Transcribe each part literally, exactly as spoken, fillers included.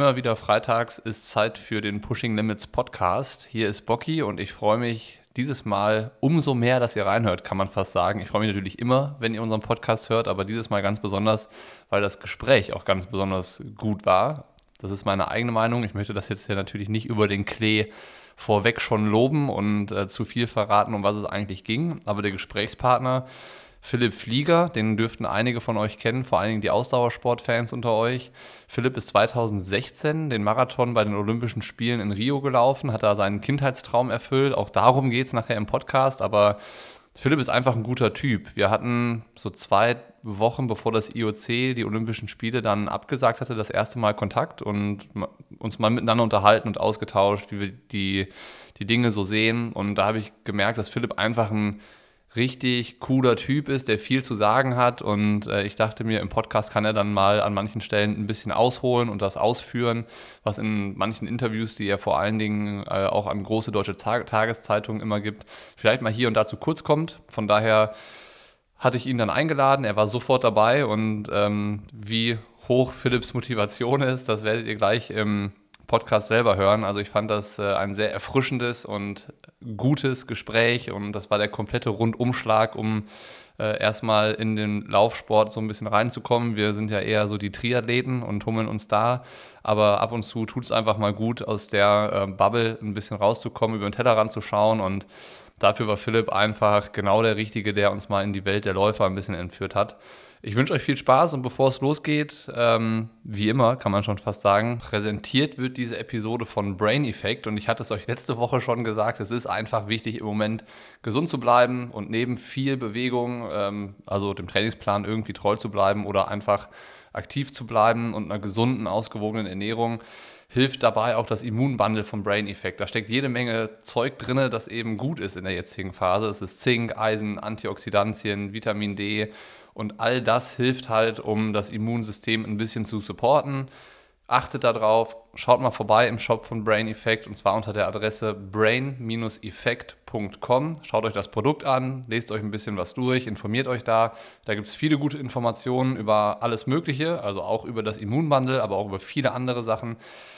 immer wieder freitags ist Zeit für den Pushing Limits Podcast. Hier ist Bocky und ich freue mich dieses Mal umso mehr, dass ihr reinhört, kann man fast sagen. Ich freue mich natürlich immer, wenn ihr unseren Podcast hört, aber dieses Mal ganz besonders, weil das Gespräch auch ganz besonders gut war. Das ist meine eigene Meinung. Ich möchte das jetzt hier natürlich nicht über den Klee vorweg schon loben und äh, zu viel verraten, um was es eigentlich ging. Aber der Gesprächspartner Philipp Flieger, den dürften einige von euch kennen, vor allen Dingen die Ausdauersportfans unter euch. Philipp ist zweitausendsechzehn den Marathon bei den Olympischen Spielen in Rio gelaufen, hat da seinen Kindheitstraum erfüllt. Auch darum geht es nachher im Podcast, aber Philipp ist einfach ein guter Typ. Wir hatten so zwei Wochen, bevor das I O C die Olympischen Spiele dann abgesagt hatte, das erste Mal Kontakt und uns mal miteinander unterhalten und ausgetauscht, wie wir die, die Dinge so sehen. Und da habe ich gemerkt, dass Philipp einfach ein richtig cooler Typ ist, der viel zu sagen hat, und äh, ich dachte mir, im Podcast kann er dann mal an manchen Stellen ein bisschen ausholen und das ausführen, was in manchen Interviews, die er vor allen Dingen äh, auch an große deutsche Tag- Tageszeitungen immer gibt, vielleicht mal hier und da zu kurz kommt. Von daher hatte ich ihn dann eingeladen, er war sofort dabei, und ähm, wie hoch Philipps Motivation ist, das werdet ihr gleich im Podcast selber hören. Also ich fand das äh, ein sehr erfrischendes und gutes Gespräch, und das war der komplette Rundumschlag, um äh, erstmal in den Laufsport so ein bisschen reinzukommen. Wir sind ja eher so die Triathleten und hummeln uns da, aber ab und zu tut es einfach mal gut, aus der äh, Bubble ein bisschen rauszukommen, über den Tellerrand zu schauen, und dafür war Philipp einfach genau der Richtige, der uns mal in die Welt der Läufer ein bisschen entführt hat. Ich wünsche euch viel Spaß, und bevor es losgeht, ähm, wie immer, kann man schon fast sagen, präsentiert wird diese Episode von Brain Effect, und ich hatte es euch letzte Woche schon gesagt, es ist einfach wichtig im Moment gesund zu bleiben und neben viel Bewegung, ähm, also dem Trainingsplan irgendwie treu zu bleiben oder einfach aktiv zu bleiben und einer gesunden, ausgewogenen Ernährung, hilft dabei auch das Immunbundle vom Brain Effect. Da steckt jede Menge Zeug drin, das eben gut ist in der jetzigen Phase. Es ist Zink, Eisen, Antioxidantien, Vitamin D, und all das hilft halt, um das Immunsystem ein bisschen zu supporten. Achtet darauf, schaut mal vorbei im Shop von Brain Effect, und zwar unter der Adresse brain effect punkt com. Schaut euch das Produkt an, lest euch ein bisschen was durch, informiert euch da. Da gibt es viele gute Informationen über alles Mögliche, also auch über das Immunbundle, aber auch über viele andere Sachen.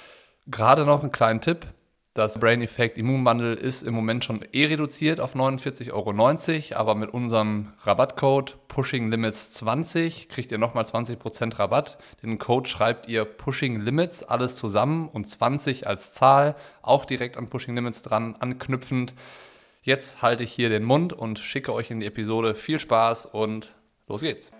Gerade noch einen kleinen Tipp: Das Brain Effect Immunbundle ist im Moment schon eh reduziert auf neunundvierzig Euro neunzig, aber mit unserem Rabattcode Pushing Limits zwanzig kriegt ihr nochmal zwanzig Prozent Rabatt. Den Code schreibt ihr Pushing Limits, alles zusammen, und zwanzig als Zahl, auch direkt an Pushing Limits dran anknüpfend. Jetzt halte ich hier den Mund und schicke euch in die Episode. Viel Spaß und los geht's.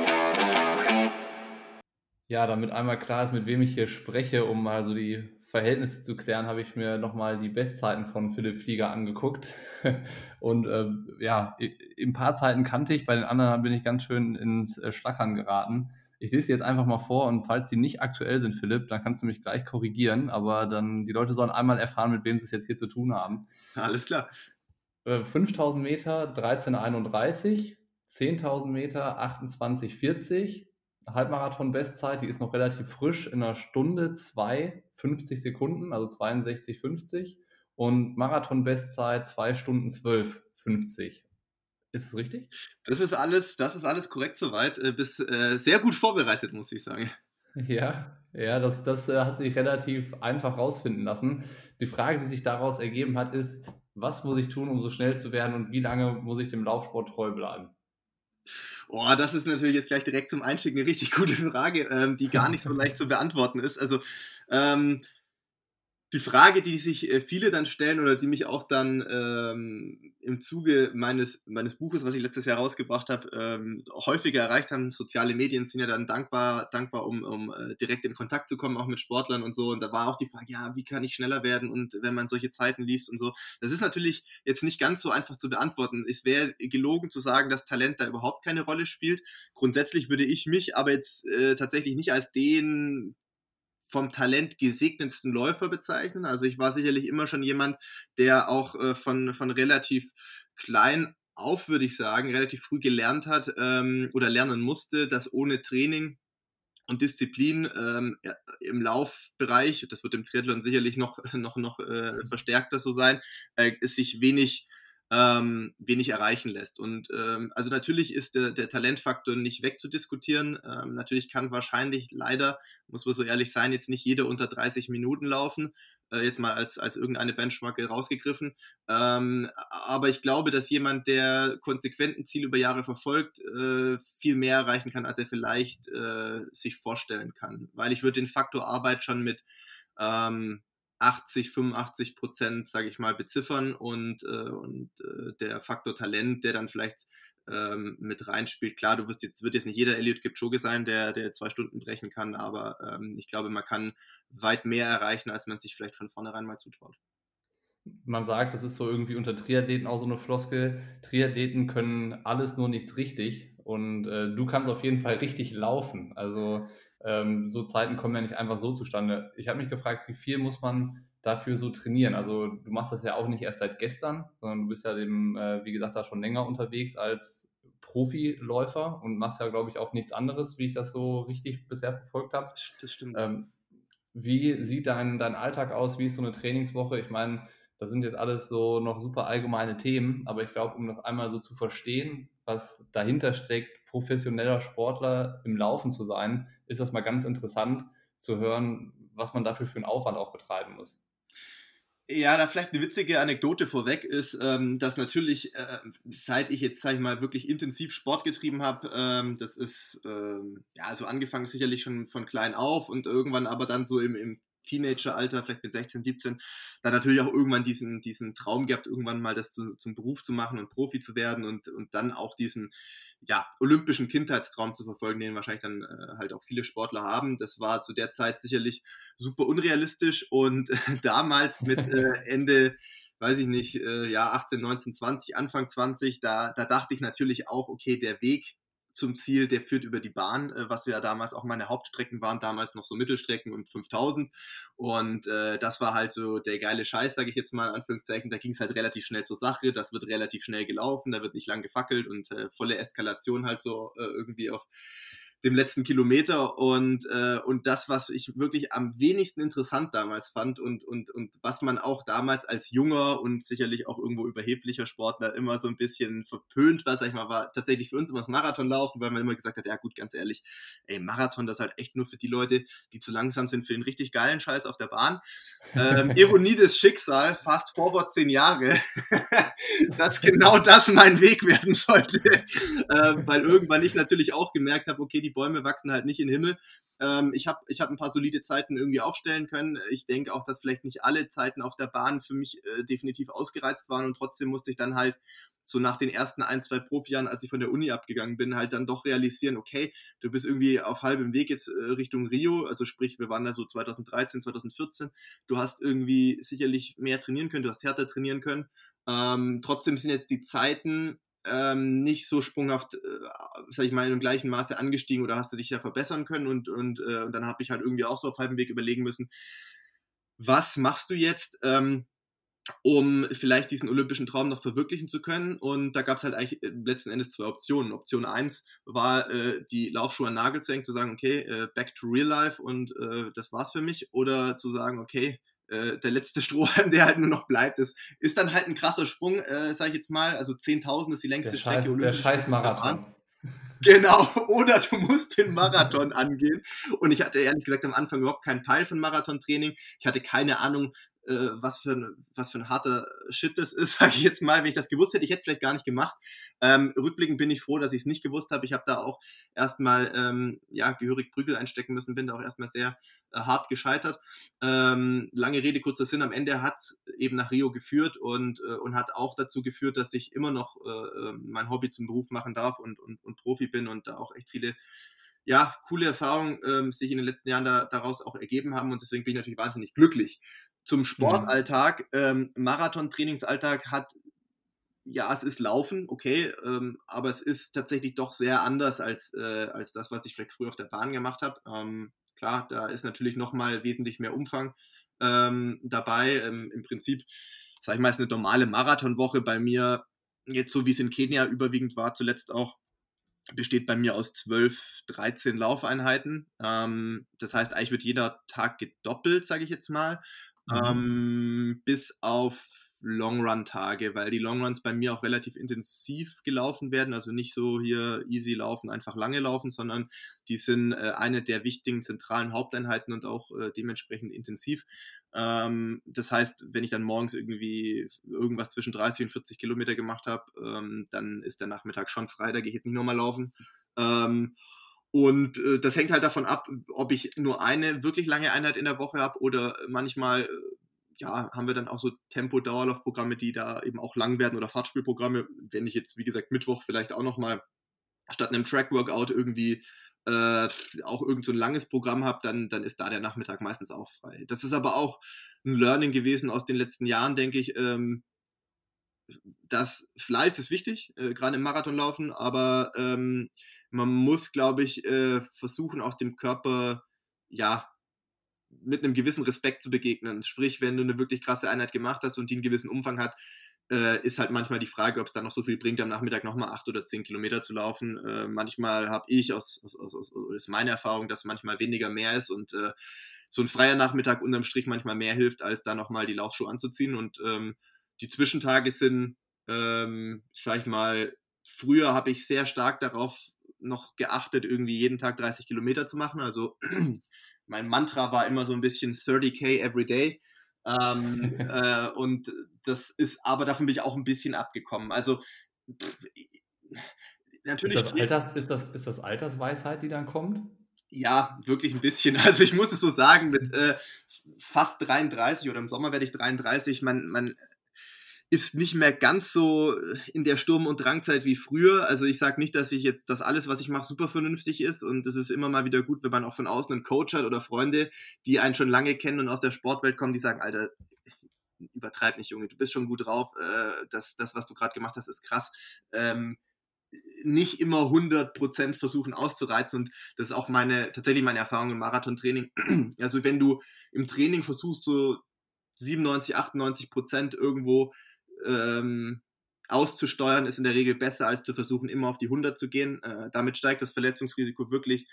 Ja, damit einmal klar ist, mit wem ich hier spreche, um mal so die Verhältnisse zu klären, habe ich mir nochmal die Bestzeiten von Philipp Flieger angeguckt. Und äh, ja, ein paar Zeiten kannte ich, bei den anderen bin ich ganz schön ins äh, Schlackern geraten. Ich lese die jetzt einfach mal vor, und falls die nicht aktuell sind, Philipp, dann kannst du mich gleich korrigieren, aber dann die Leute sollen einmal erfahren, mit wem sie es jetzt hier zu tun haben. Alles klar. Äh, fünftausend Meter dreizehn einunddreißig, zehntausend Meter achtundzwanzig vierzig, Halbmarathon-Bestzeit, die ist noch relativ frisch, in einer Stunde zwei fünfzig Sekunden, also zweiundsechzig fünfzig, und Marathon-Bestzeit zwei Stunden zwölf fünfzig. Ist es richtig? Das ist alles, das ist alles korrekt soweit. Äh, bist äh, sehr gut vorbereitet, muss ich sagen. Ja, ja, das, das äh, hat sich relativ einfach rausfinden lassen. Die Frage, die sich daraus ergeben hat, ist: Was muss ich tun, um so schnell zu werden, und wie lange muss ich dem Laufsport treu bleiben? Oh, das ist natürlich jetzt gleich direkt zum Einstieg eine richtig gute Frage, ähm, die gar nicht so leicht zu beantworten ist. Also ähm, die Frage, die sich äh, viele dann stellen oder die mich auch dann ähm, im Zuge meines, meines Buches, was ich letztes Jahr rausgebracht habe, ähm, häufiger erreicht haben: Soziale Medien sind ja dann dankbar, dankbar um, um äh, direkt in Kontakt zu kommen, auch mit Sportlern und so. Und da war auch die Frage, ja, wie kann ich schneller werden, und wenn man solche Zeiten liest und so. Das ist natürlich jetzt nicht ganz so einfach zu beantworten. Es wäre gelogen zu sagen, dass Talent da überhaupt keine Rolle spielt. Grundsätzlich würde ich mich aber jetzt äh, tatsächlich nicht als den vom Talent gesegnetsten Läufer bezeichnen. Also ich war sicherlich immer schon jemand, der auch äh, von, von relativ klein auf, würde ich sagen, relativ früh gelernt hat ähm, oder lernen musste, dass ohne Training und Disziplin ähm, ja, im Laufbereich, das wird im Triathlon sicherlich noch, noch, noch äh, verstärkter so sein, äh, es sich wenig ähm, wenig erreichen lässt. Und ähm, also natürlich ist der, der Talentfaktor nicht wegzudiskutieren. Ähm, natürlich kann wahrscheinlich leider, muss man so ehrlich sein, jetzt nicht jeder unter dreißig Minuten laufen, äh, jetzt mal als, als irgendeine Benchmark rausgegriffen. Ähm, aber ich glaube, dass jemand, der konsequent ein Ziel über Jahre verfolgt, äh, viel mehr erreichen kann, als er vielleicht äh, sich vorstellen kann. Weil ich würde den Faktor Arbeit schon mit ähm, achtzig, fünfundachtzig Prozent, sage ich mal, beziffern und, äh, und äh, der Faktor Talent, der dann vielleicht ähm, mit reinspielt. Klar, du wirst jetzt, wird jetzt nicht jeder Eliud Kipchoge sein, der, der zwei Stunden brechen kann, aber ähm, ich glaube, man kann weit mehr erreichen, als man sich vielleicht von vornherein mal zutraut. Man sagt, das ist so irgendwie unter Triathleten auch so eine Floskel, Triathleten können alles, nur nichts richtig und äh, du kannst auf jeden Fall richtig laufen. Also ähm, so Zeiten kommen ja nicht einfach so zustande. Ich habe mich gefragt, wie viel muss man dafür so trainieren? Also du machst das ja auch nicht erst seit gestern, sondern du bist ja dem, äh, wie gesagt, da schon länger unterwegs als Profiläufer und machst ja, glaube ich, auch nichts anderes, wie ich das so richtig bisher verfolgt habe. Das, das stimmt. Ähm, Wie sieht dein, dein Alltag aus? Wie ist so eine Trainingswoche? Ich meine, das sind jetzt alles so noch super allgemeine Themen, aber ich glaube, um das einmal so zu verstehen, was dahinter steckt, professioneller Sportler im Laufen zu sein, ist das mal ganz interessant zu hören, was man dafür für einen Aufwand auch betreiben muss. Ja, da vielleicht eine witzige Anekdote vorweg ist, ähm, dass natürlich, äh, seit ich jetzt, sag ich mal, wirklich intensiv Sport getrieben habe, ähm, das ist, ähm, ja, also angefangen sicherlich schon von klein auf und irgendwann aber dann so im, im Teenageralter, vielleicht mit sechzehn, siebzehn, dann natürlich auch irgendwann diesen, diesen Traum gehabt, irgendwann mal das zu, zum Beruf zu machen und Profi zu werden und, und dann auch diesen, ja, olympischen Kindheitstraum zu verfolgen, den wahrscheinlich dann äh, halt auch viele Sportler haben. Das war zu der Zeit sicherlich super unrealistisch und äh, damals mit äh, Ende, weiß ich nicht, äh, ja, achtzehn, neunzehn, zwanzig, Anfang zwanzig, da, da dachte ich natürlich auch, okay, der Weg zum Ziel, der führt über die Bahn, äh, was ja damals auch meine Hauptstrecken waren, damals noch so Mittelstrecken und fünftausend und äh, das war halt so der geile Scheiß, sage ich jetzt mal in Anführungszeichen, da ging es halt relativ schnell zur Sache, das wird relativ schnell gelaufen, da wird nicht lang gefackelt und äh, volle Eskalation halt so äh, irgendwie auf dem letzten Kilometer und, äh, und das, was ich wirklich am wenigsten interessant damals fand und, und, und was man auch damals als junger und sicherlich auch irgendwo überheblicher Sportler immer so ein bisschen verpönt war, sag ich mal, war tatsächlich für uns immer das Marathonlaufen, weil man immer gesagt hat, ja gut, ganz ehrlich, ey, Marathon, das ist halt echt nur für die Leute, die zu langsam sind für den richtig geilen Scheiß auf der Bahn. Ähm, Ironie des Schicksals, fast forward zehn Jahre, dass genau das mein Weg werden sollte, äh, weil irgendwann ich natürlich auch gemerkt habe, okay, die Bäume wachsen halt nicht in den Himmel. Ähm, ich habe ich hab ein paar solide Zeiten irgendwie aufstellen können. Ich denke auch, dass vielleicht nicht alle Zeiten auf der Bahn für mich äh, definitiv ausgereizt waren und trotzdem musste ich dann halt so nach den ersten ein, zwei Profijahren, als ich von der Uni abgegangen bin, halt dann doch realisieren, okay, du bist irgendwie auf halbem Weg jetzt äh, Richtung Rio, also sprich, wir waren da so zwanzig dreizehn, zwanzig vierzehn, du hast irgendwie sicherlich mehr trainieren können, du hast härter trainieren können. Ähm, trotzdem sind jetzt die Zeiten ähm, nicht so sprunghaft, äh, sag ich mal, im gleichen Maße angestiegen oder hast du dich ja verbessern können und, und, äh, und dann habe ich halt irgendwie auch so auf halbem Weg überlegen müssen, was machst du jetzt, ähm, um vielleicht diesen olympischen Traum noch verwirklichen zu können. Und da gab es halt eigentlich letzten Endes zwei Optionen. Option eins war, äh, die Laufschuhe an den Nagel zu hängen, zu sagen, okay, äh, back to real life und äh, das war's für mich. Oder zu sagen, okay, äh, der letzte Strohhalm, der halt nur noch bleibt, ist, ist dann halt ein krasser Sprung, äh, sag ich jetzt mal. Also zehntausend ist die Der längste Strecke, scheiß, der olympische scheiß Strecke auf der Bahn. Marathon. Genau, oder du musst den Marathon angehen. Und ich hatte ehrlich gesagt am Anfang überhaupt keinen Teil von Marathontraining. Ich hatte keine Ahnung, äh, was, für ein, was für ein harter Shit das ist, sage ich jetzt mal. Wenn ich das gewusst hätte, ich hätte es vielleicht gar nicht gemacht. Ähm, rückblickend bin ich froh, dass ich es nicht gewusst habe. Ich habe da auch erstmal ähm, ja, gehörig Prügel einstecken müssen, bin da auch erstmal sehr äh, hart gescheitert. Ähm, lange Rede, kurzer Sinn, am Ende hat es eben nach Rio geführt und, äh, und hat auch dazu geführt, dass ich immer noch äh, mein Hobby zum Beruf machen darf und, und, und Profi bin und da auch echt viele ja, coole Erfahrungen ähm, sich in den letzten Jahren da, daraus auch ergeben haben und deswegen bin ich natürlich wahnsinnig glücklich. Zum Mhm. Sportalltag, ähm, Marathon-Trainingsalltag hat, ja, es ist Laufen, okay, ähm, aber es ist tatsächlich doch sehr anders als, äh, als das, was ich vielleicht früher auf der Bahn gemacht habe. Ähm, klar, da ist natürlich nochmal wesentlich mehr Umfang ähm, dabei. Ähm, Im Prinzip, sag ich mal, ist eine normale Marathonwoche bei mir, jetzt so wie es in Kenia überwiegend war, zuletzt auch, besteht bei mir aus zwölf, dreizehn Laufeinheiten. Ähm, das heißt, eigentlich wird jeder Tag gedoppelt, sage ich jetzt mal. Mhm. Ähm, bis auf Longrun-Tage, weil die Longruns bei mir auch relativ intensiv gelaufen werden, also nicht so hier easy laufen, einfach lange laufen, sondern die sind äh, eine der wichtigen zentralen Haupteinheiten und auch äh, dementsprechend intensiv. Ähm, das heißt, wenn ich dann morgens irgendwie irgendwas zwischen dreißig und vierzig Kilometer gemacht habe, ähm, dann ist der Nachmittag schon frei, da gehe ich jetzt nicht nochmal laufen. Ähm, Und äh, das hängt halt davon ab, ob ich nur eine wirklich lange Einheit in der Woche habe oder manchmal, äh, ja, haben wir dann auch so Tempo-Dauerlaufprogramme, die da eben auch lang werden oder Fahrtspielprogramme. Wenn ich jetzt, wie gesagt, Mittwoch vielleicht auch nochmal statt einem Track-Workout irgendwie äh, auch irgend so ein langes Programm habe, dann, dann ist da der Nachmittag meistens auch frei. Das ist aber auch ein Learning gewesen aus den letzten Jahren, denke ich. Ähm, das Fleiß ist wichtig, äh, gerade im Marathonlaufen, aber ähm, man muss, glaube ich, äh, versuchen, auch dem Körper, ja, mit einem gewissen Respekt zu begegnen. Sprich, wenn du eine wirklich krasse Einheit gemacht hast und die einen gewissen Umfang hat, äh, ist halt manchmal die Frage, ob es dann noch so viel bringt, am Nachmittag nochmal acht oder zehn Kilometer zu laufen. Äh, manchmal habe ich, aus, aus, aus, aus ist meine Erfahrung, dass manchmal weniger mehr ist und äh, so ein freier Nachmittag unterm Strich manchmal mehr hilft, als da nochmal die Laufschuhe anzuziehen. Und ähm, die Zwischentage sind, ähm, sag ich mal, früher habe ich sehr stark darauf noch geachtet, irgendwie jeden Tag dreißig Kilometer zu machen. Also mein Mantra war immer so ein bisschen dreißig K every day. Ähm, äh, und das ist, aber davon bin ich auch ein bisschen abgekommen. Also pff, natürlich. Ist das, Alters, ist, das, ist das Altersweisheit, die dann kommt? Ja, wirklich ein bisschen. Also ich muss es so sagen, mit äh, fast dreiunddreißig oder im Sommer werde ich dreiunddreißig, man, man ist nicht mehr ganz so in der Sturm- und Drangzeit wie früher. Also ich sage nicht, dass ich jetzt, dass alles, was ich mache, super vernünftig ist und es ist immer mal wieder gut, wenn man auch von außen einen Coach hat oder Freunde, die einen schon lange kennen und aus der Sportwelt kommen, die sagen, Alter, übertreib nicht, Junge, du bist schon gut drauf, äh, das, das, was du gerade gemacht hast, ist krass. Ähm, nicht immer hundert Prozent versuchen auszureizen und das ist auch meine, tatsächlich meine Erfahrung im Marathontraining. Also wenn du im Training versuchst, so siebenundneunzig, achtundneunzig Prozent irgendwo ähm, auszusteuern, ist in der Regel besser, als zu versuchen, immer auf die hundert zu gehen. Äh, damit steigt das Verletzungsrisiko wirklich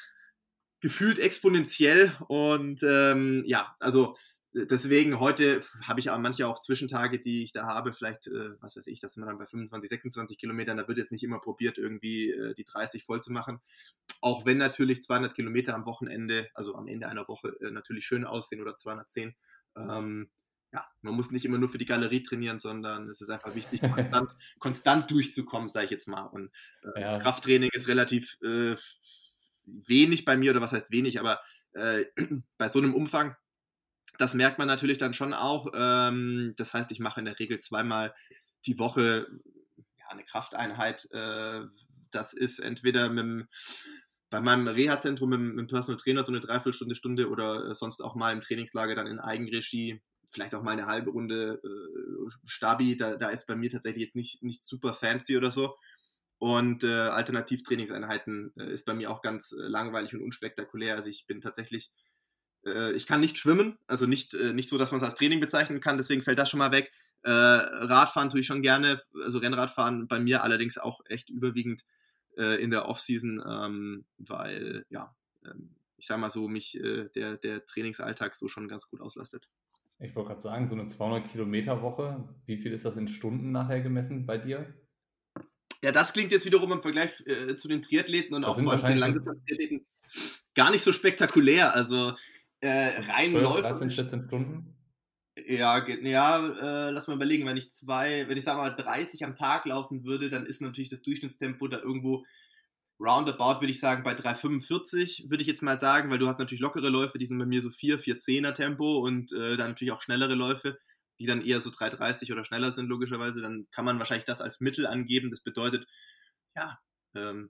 gefühlt exponentiell und ähm, ja, also deswegen heute habe ich auch manche auch Zwischentage, die ich da habe, vielleicht, äh, was weiß ich, das sind wir dann bei fünfundzwanzig, sechsundzwanzig Kilometern, da wird jetzt nicht immer probiert, irgendwie äh, die dreißig voll zu machen. Auch wenn natürlich zweihundert Kilometer am Wochenende, also am Ende einer Woche, äh, natürlich schön aussehen oder zweihundertzehn. Ähm, ja, man muss nicht immer nur für die Galerie trainieren, sondern es ist einfach wichtig, konstant, konstant durchzukommen, sage ich jetzt mal. Und äh, Ja. Krafttraining ist relativ äh, wenig bei mir, oder was heißt wenig, aber äh, bei so einem Umfang, das merkt man natürlich dann schon auch. Ähm, das heißt, ich mache in der Regel zweimal die Woche ja, eine Krafteinheit. Äh, das ist entweder mit dem, bei meinem Reha-Zentrum mit, mit dem Personal Trainer so eine Dreiviertelstunde, Stunde oder sonst auch mal im Trainingslager dann in Eigenregie. Vielleicht auch mal eine halbe Runde äh, Stabi. Da, da ist bei mir tatsächlich jetzt nicht, nicht super fancy oder so. Und äh, Alternativtrainingseinheiten äh, ist bei mir auch ganz äh, langweilig und unspektakulär. Also ich bin tatsächlich ich kann nicht schwimmen, also nicht, nicht so, dass man es als Training bezeichnen kann, deswegen fällt das schon mal weg. Äh, Radfahren tue ich schon gerne, also Rennradfahren bei mir allerdings auch echt überwiegend äh, in der Offseason, ähm, weil, ja, ähm, ich sag mal so, mich äh, der, der Trainingsalltag so schon ganz gut auslastet. Ich wollte gerade sagen, so eine zweihundert Kilometer Woche, wie viel ist das in Stunden nachher gemessen bei dir? Ja, das klingt jetzt wiederum im Vergleich äh, zu den Triathleten und Das auch sind vor allem zu den wahrscheinlich so Langdistanz-Triathleten gar nicht so spektakulär. Also äh, rein zwölf, dreizehn, läuferisch. vierzehn Stunden? Ja, ge- ja, äh, lass mal überlegen, wenn ich zwei, wenn ich sag mal dreißig am Tag laufen würde, dann ist natürlich das Durchschnittstempo da irgendwo roundabout, würde ich sagen, bei drei fünfundvierzig, würde ich jetzt mal sagen, weil du hast natürlich lockere Läufe, die sind bei mir so vier, vier zehner Tempo und äh, dann natürlich auch schnellere Läufe, die dann eher so drei dreißig oder schneller sind, logischerweise. Dann kann man wahrscheinlich das als Mittel angeben. Das bedeutet, ja, ähm,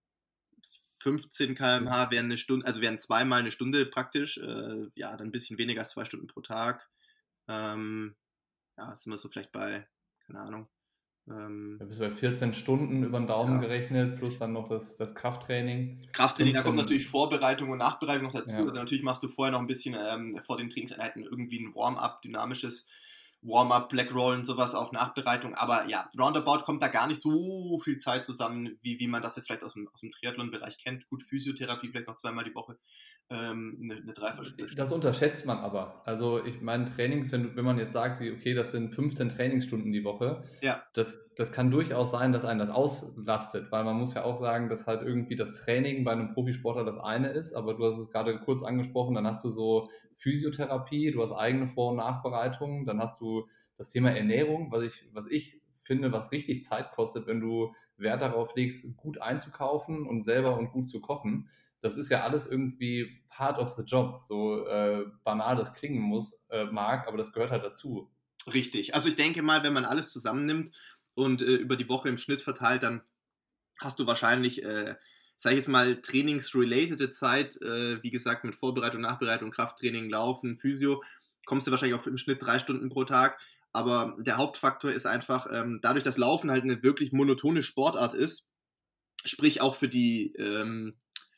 fünfzehn Kilometer pro Stunde wären eine Stunde, also wären zweimal eine Stunde praktisch, äh, ja, dann ein bisschen weniger als zwei Stunden pro Tag. Ähm, ja, sind wir so vielleicht bei, keine Ahnung. Ähm, Da bist du bei vierzehn Stunden über den Daumen ja. gerechnet, plus dann noch das, das Krafttraining. Krafttraining, da kommt natürlich fünfzehn, Vorbereitung und Nachbereitung noch dazu. ja. Also natürlich machst du vorher noch ein bisschen ähm, vor den Trainingseinheiten irgendwie ein Warm-up, dynamisches Warm-up, Black Roll und sowas, auch Nachbereitung. Aber ja, roundabout kommt da gar nicht so viel Zeit zusammen, wie, wie man das jetzt vielleicht aus dem, aus dem Triathlon-Bereich kennt. Gut, Physiotherapie vielleicht noch zweimal die Woche. ähm, eine, eine Dreiviertelstunde. Das unterschätzt man aber. Also ich meine, Trainings, wenn, du- wenn man jetzt sagt, okay, das sind fünfzehn Trainingsstunden die Woche, Ja, das, das kann durchaus sein, dass einen das auslastet, weil man muss ja auch sagen, dass halt irgendwie das Training bei einem Profisportler das eine ist, aber du hast es gerade kurz angesprochen, dann hast du so Physiotherapie, du hast eigene Vor- und Nachbereitungen, dann hast du das Thema Ernährung, was ich, was ich finde, was richtig Zeit kostet, wenn du Wert darauf legst, gut einzukaufen und selber und gut zu kochen. Das ist ja alles irgendwie part of the job, so äh, banal das klingen muss, äh, mag, aber das gehört halt dazu. richtig. Also ich denke mal, wenn man alles zusammennimmt und äh, über die Woche im Schnitt verteilt, dann hast du wahrscheinlich, äh, sag ich jetzt mal, trainingsrelatede Zeit, äh, wie gesagt, mit Vorbereitung, Nachbereitung, Krafttraining, Laufen, Physio, kommst du wahrscheinlich auf im Schnitt drei Stunden pro Tag. Aber der Hauptfaktor ist einfach, ähm, dadurch, dass Laufen halt eine wirklich monotone Sportart ist, sprich auch für die, ähm,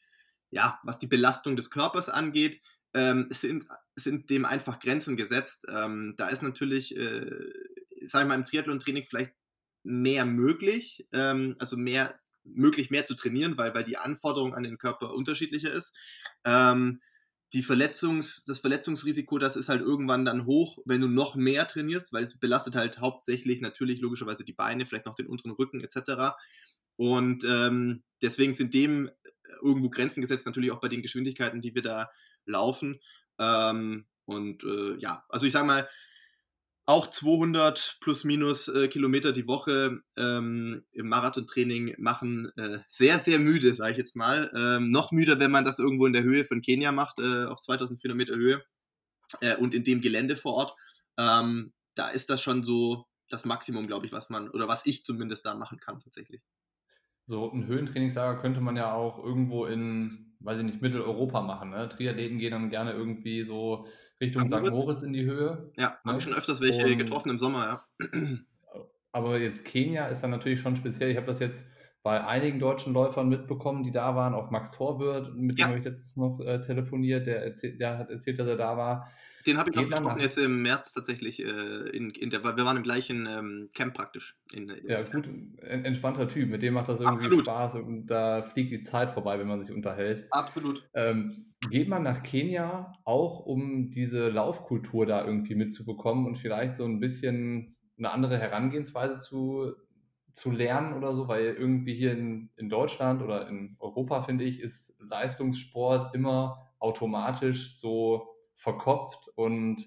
ja, was die Belastung des Körpers angeht, ähm, sind, sind dem einfach Grenzen gesetzt. Ähm, da ist natürlich, äh, sag ich mal, im Triathlon-Training vielleicht mehr möglich, ähm, also mehr möglich mehr zu trainieren, weil, weil die Anforderung an den Körper unterschiedlicher ist. Ähm, die Verletzungs, das Verletzungsrisiko, das ist halt irgendwann dann hoch, wenn du noch mehr trainierst, weil es belastet halt hauptsächlich natürlich logischerweise die Beine, vielleicht noch den unteren Rücken et cetera. Und ähm, deswegen sind dem irgendwo Grenzen gesetzt, natürlich auch bei den Geschwindigkeiten, die wir da laufen. Ähm, und äh, ja, also ich sage mal, auch zweihundert plus minus äh, Kilometer die Woche ähm, im Marathontraining machen äh, sehr, sehr müde, sage ich jetzt mal. Ähm, noch müder, wenn man das irgendwo in der Höhe von Kenia macht, äh, auf zweitausendvierhundert Meter Höhe äh, und in dem Gelände vor Ort. Ähm, da ist das schon so das Maximum, glaube ich, was man, oder was ich zumindest da machen kann tatsächlich. So ein Höhentrainingslager könnte man ja auch irgendwo in, weiß ich nicht, Mitteleuropa machen. Ne? Triathleten gehen dann gerne irgendwie so Richtung Sankt Sankt Moritz? Moritz in die Höhe. Ja, habe ich Ne? schon öfters welche Und getroffen im Sommer, ja. aber jetzt Kenia ist dann natürlich schon speziell. Ich habe das jetzt bei einigen deutschen Läufern mitbekommen, die da waren. Auch Max Torwirth, mit dem Ja, habe ich letztens noch äh, telefoniert, der, erzähl, der hat erzählt, dass er da war. den habe ich noch Geht man getroffen nach, jetzt im März tatsächlich. Äh, in, in der, wir waren im gleichen ähm, Camp praktisch. In, ja in, gut, en- entspannter Typ, mit dem macht das irgendwie absolut, Spaß und da fliegt die Zeit vorbei, wenn man sich unterhält. absolut. Ähm, geht man nach Kenia auch, um diese Laufkultur da irgendwie mitzubekommen und vielleicht so ein bisschen eine andere Herangehensweise zu, zu lernen oder so? Weil irgendwie hier in, in Deutschland oder in Europa, finde ich, ist Leistungssport immer automatisch so verkopft und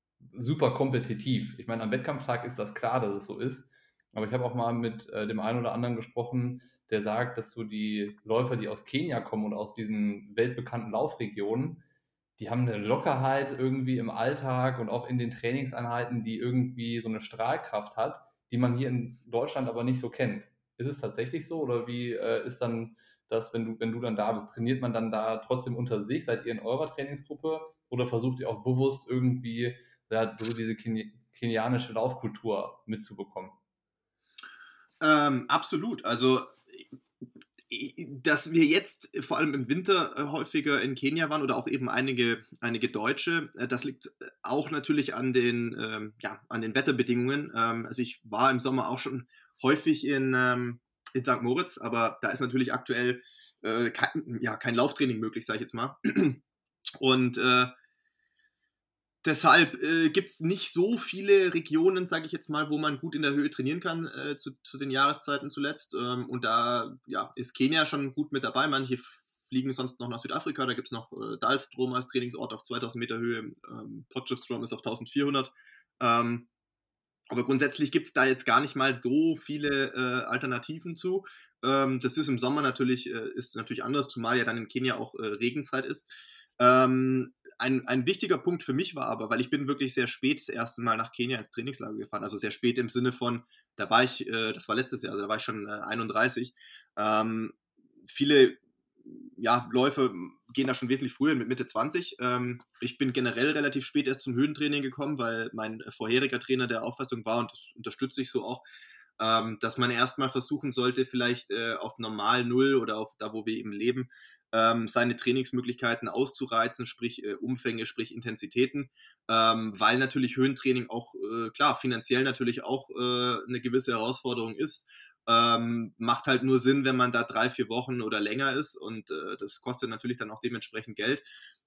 super kompetitiv. Ich meine, am Wettkampftag ist das klar, dass es so ist. Aber ich habe auch mal mit äh, dem einen oder anderen gesprochen, der sagt, dass so die Läufer, die aus Kenia kommen und aus diesen weltbekannten Laufregionen, die haben eine Lockerheit irgendwie im Alltag und auch in den Trainingseinheiten, die irgendwie so eine Strahlkraft hat, die man hier in Deutschland aber nicht so kennt. Ist es tatsächlich so oder wie äh, ist dann das, wenn du, wenn du dann da bist? Trainiert man dann da trotzdem unter sich? Seid ihr in eurer Trainingsgruppe oder versucht ihr auch bewusst irgendwie ja, so diese Keni kenianische Laufkultur mitzubekommen? Ähm, absolut. Also, dass wir jetzt vor allem im Winter äh, häufiger in Kenia waren oder auch eben einige, einige Deutsche, äh, das liegt auch natürlich an den, ähm, ja, an den Wetterbedingungen. Ähm, also ich war im Sommer auch schon häufig in, ähm, in Sankt Moritz, aber da ist natürlich aktuell äh, kein, ja, kein Lauftraining möglich, sage ich jetzt mal. Und äh, deshalb äh, gibt es nicht so viele Regionen, sage ich jetzt mal, wo man gut in der Höhe trainieren kann äh, zu, zu den Jahreszeiten zuletzt. Ähm, und da ja, ist Kenia schon gut mit dabei. Manche fliegen sonst noch nach Südafrika. Da gibt es noch äh, Dalstrom als Trainingsort auf zweitausend Meter Höhe. Ähm, Potchefstroom ist auf eintausendvierhundert. Ähm, aber grundsätzlich gibt es da jetzt gar nicht mal so viele äh, Alternativen zu. Ähm, das ist im Sommer natürlich, äh, ist natürlich anders, zumal ja dann in Kenia auch äh, Regenzeit ist. Ähm, ein, ein wichtiger Punkt für mich war aber, weil ich bin wirklich sehr spät das erste Mal nach Kenia ins Trainingslager gefahren. Also sehr spät im Sinne von, da war ich, äh, das war letztes Jahr, also da war ich schon äh, einunddreißig. Ähm, viele ja, Läufe gehen da schon wesentlich früher mit Mitte zwanzig. Ähm, ich bin generell relativ spät erst zum Höhentraining gekommen, weil mein vorheriger Trainer der Auffassung war, und das unterstütze ich so auch, ähm, dass man erstmal versuchen sollte, vielleicht äh, auf normal Null oder auf da, wo wir eben leben, ähm, seine Trainingsmöglichkeiten auszureizen, sprich äh, Umfänge, sprich Intensitäten, ähm, weil natürlich Höhentraining auch, äh, klar, finanziell natürlich auch äh, eine gewisse Herausforderung ist. Ähm, macht halt nur Sinn, wenn man da drei, vier Wochen oder länger ist und äh, das kostet natürlich dann auch dementsprechend Geld.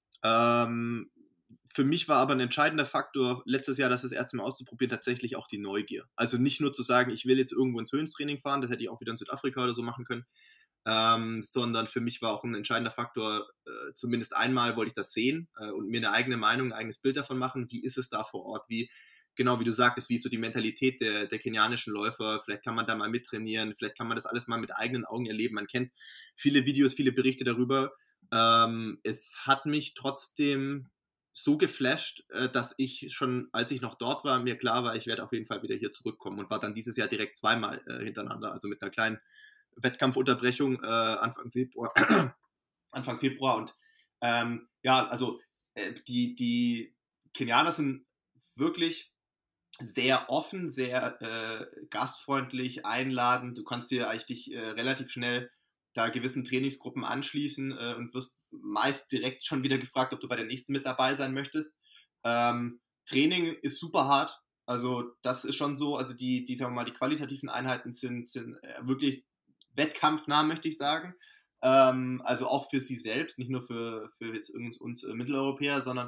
Ähm, für mich war aber ein entscheidender Faktor letztes Jahr, das das erste Mal auszuprobieren, tatsächlich auch die Neugier. Also nicht nur zu sagen, ich will jetzt irgendwo ins Höhentraining fahren, das hätte ich auch wieder in Südafrika oder so machen können, ähm, sondern für mich war auch ein entscheidender Faktor, äh, zumindest einmal wollte ich das sehen äh, und mir eine eigene Meinung, ein eigenes Bild davon machen, wie ist es da vor Ort, wie, genau wie du sagtest, wie ist so die Mentalität der, der kenianischen Läufer, vielleicht kann man da mal mittrainieren, vielleicht kann man das alles mal mit eigenen Augen erleben, man kennt viele Videos, viele Berichte darüber. Ähm, es hat mich trotzdem so geflasht, äh, dass ich schon, als ich noch dort war, mir klar war, ich werde auf jeden Fall wieder hier zurückkommen und war dann dieses Jahr direkt zweimal äh, hintereinander, also mit einer kleinen Wettkampfunterbrechung äh, Anfang Februar. Anfang Februar und ähm, ja, also äh, die, die Kenianer sind wirklich sehr offen, sehr äh, gastfreundlich, einladend. Du kannst dir eigentlich dich äh, relativ schnell da gewissen Trainingsgruppen anschließen äh, und wirst meist direkt schon wieder gefragt, ob du bei der nächsten mit dabei sein möchtest. Ähm, Training ist super hart. Also das ist schon so, also die, die sagen wir mal, die qualitativen Einheiten sind, sind äh, wirklich wettkampfnah, möchte ich sagen. Ähm, also auch für sie selbst, nicht nur für, für jetzt uns, uns äh, Mitteleuropäer, sondern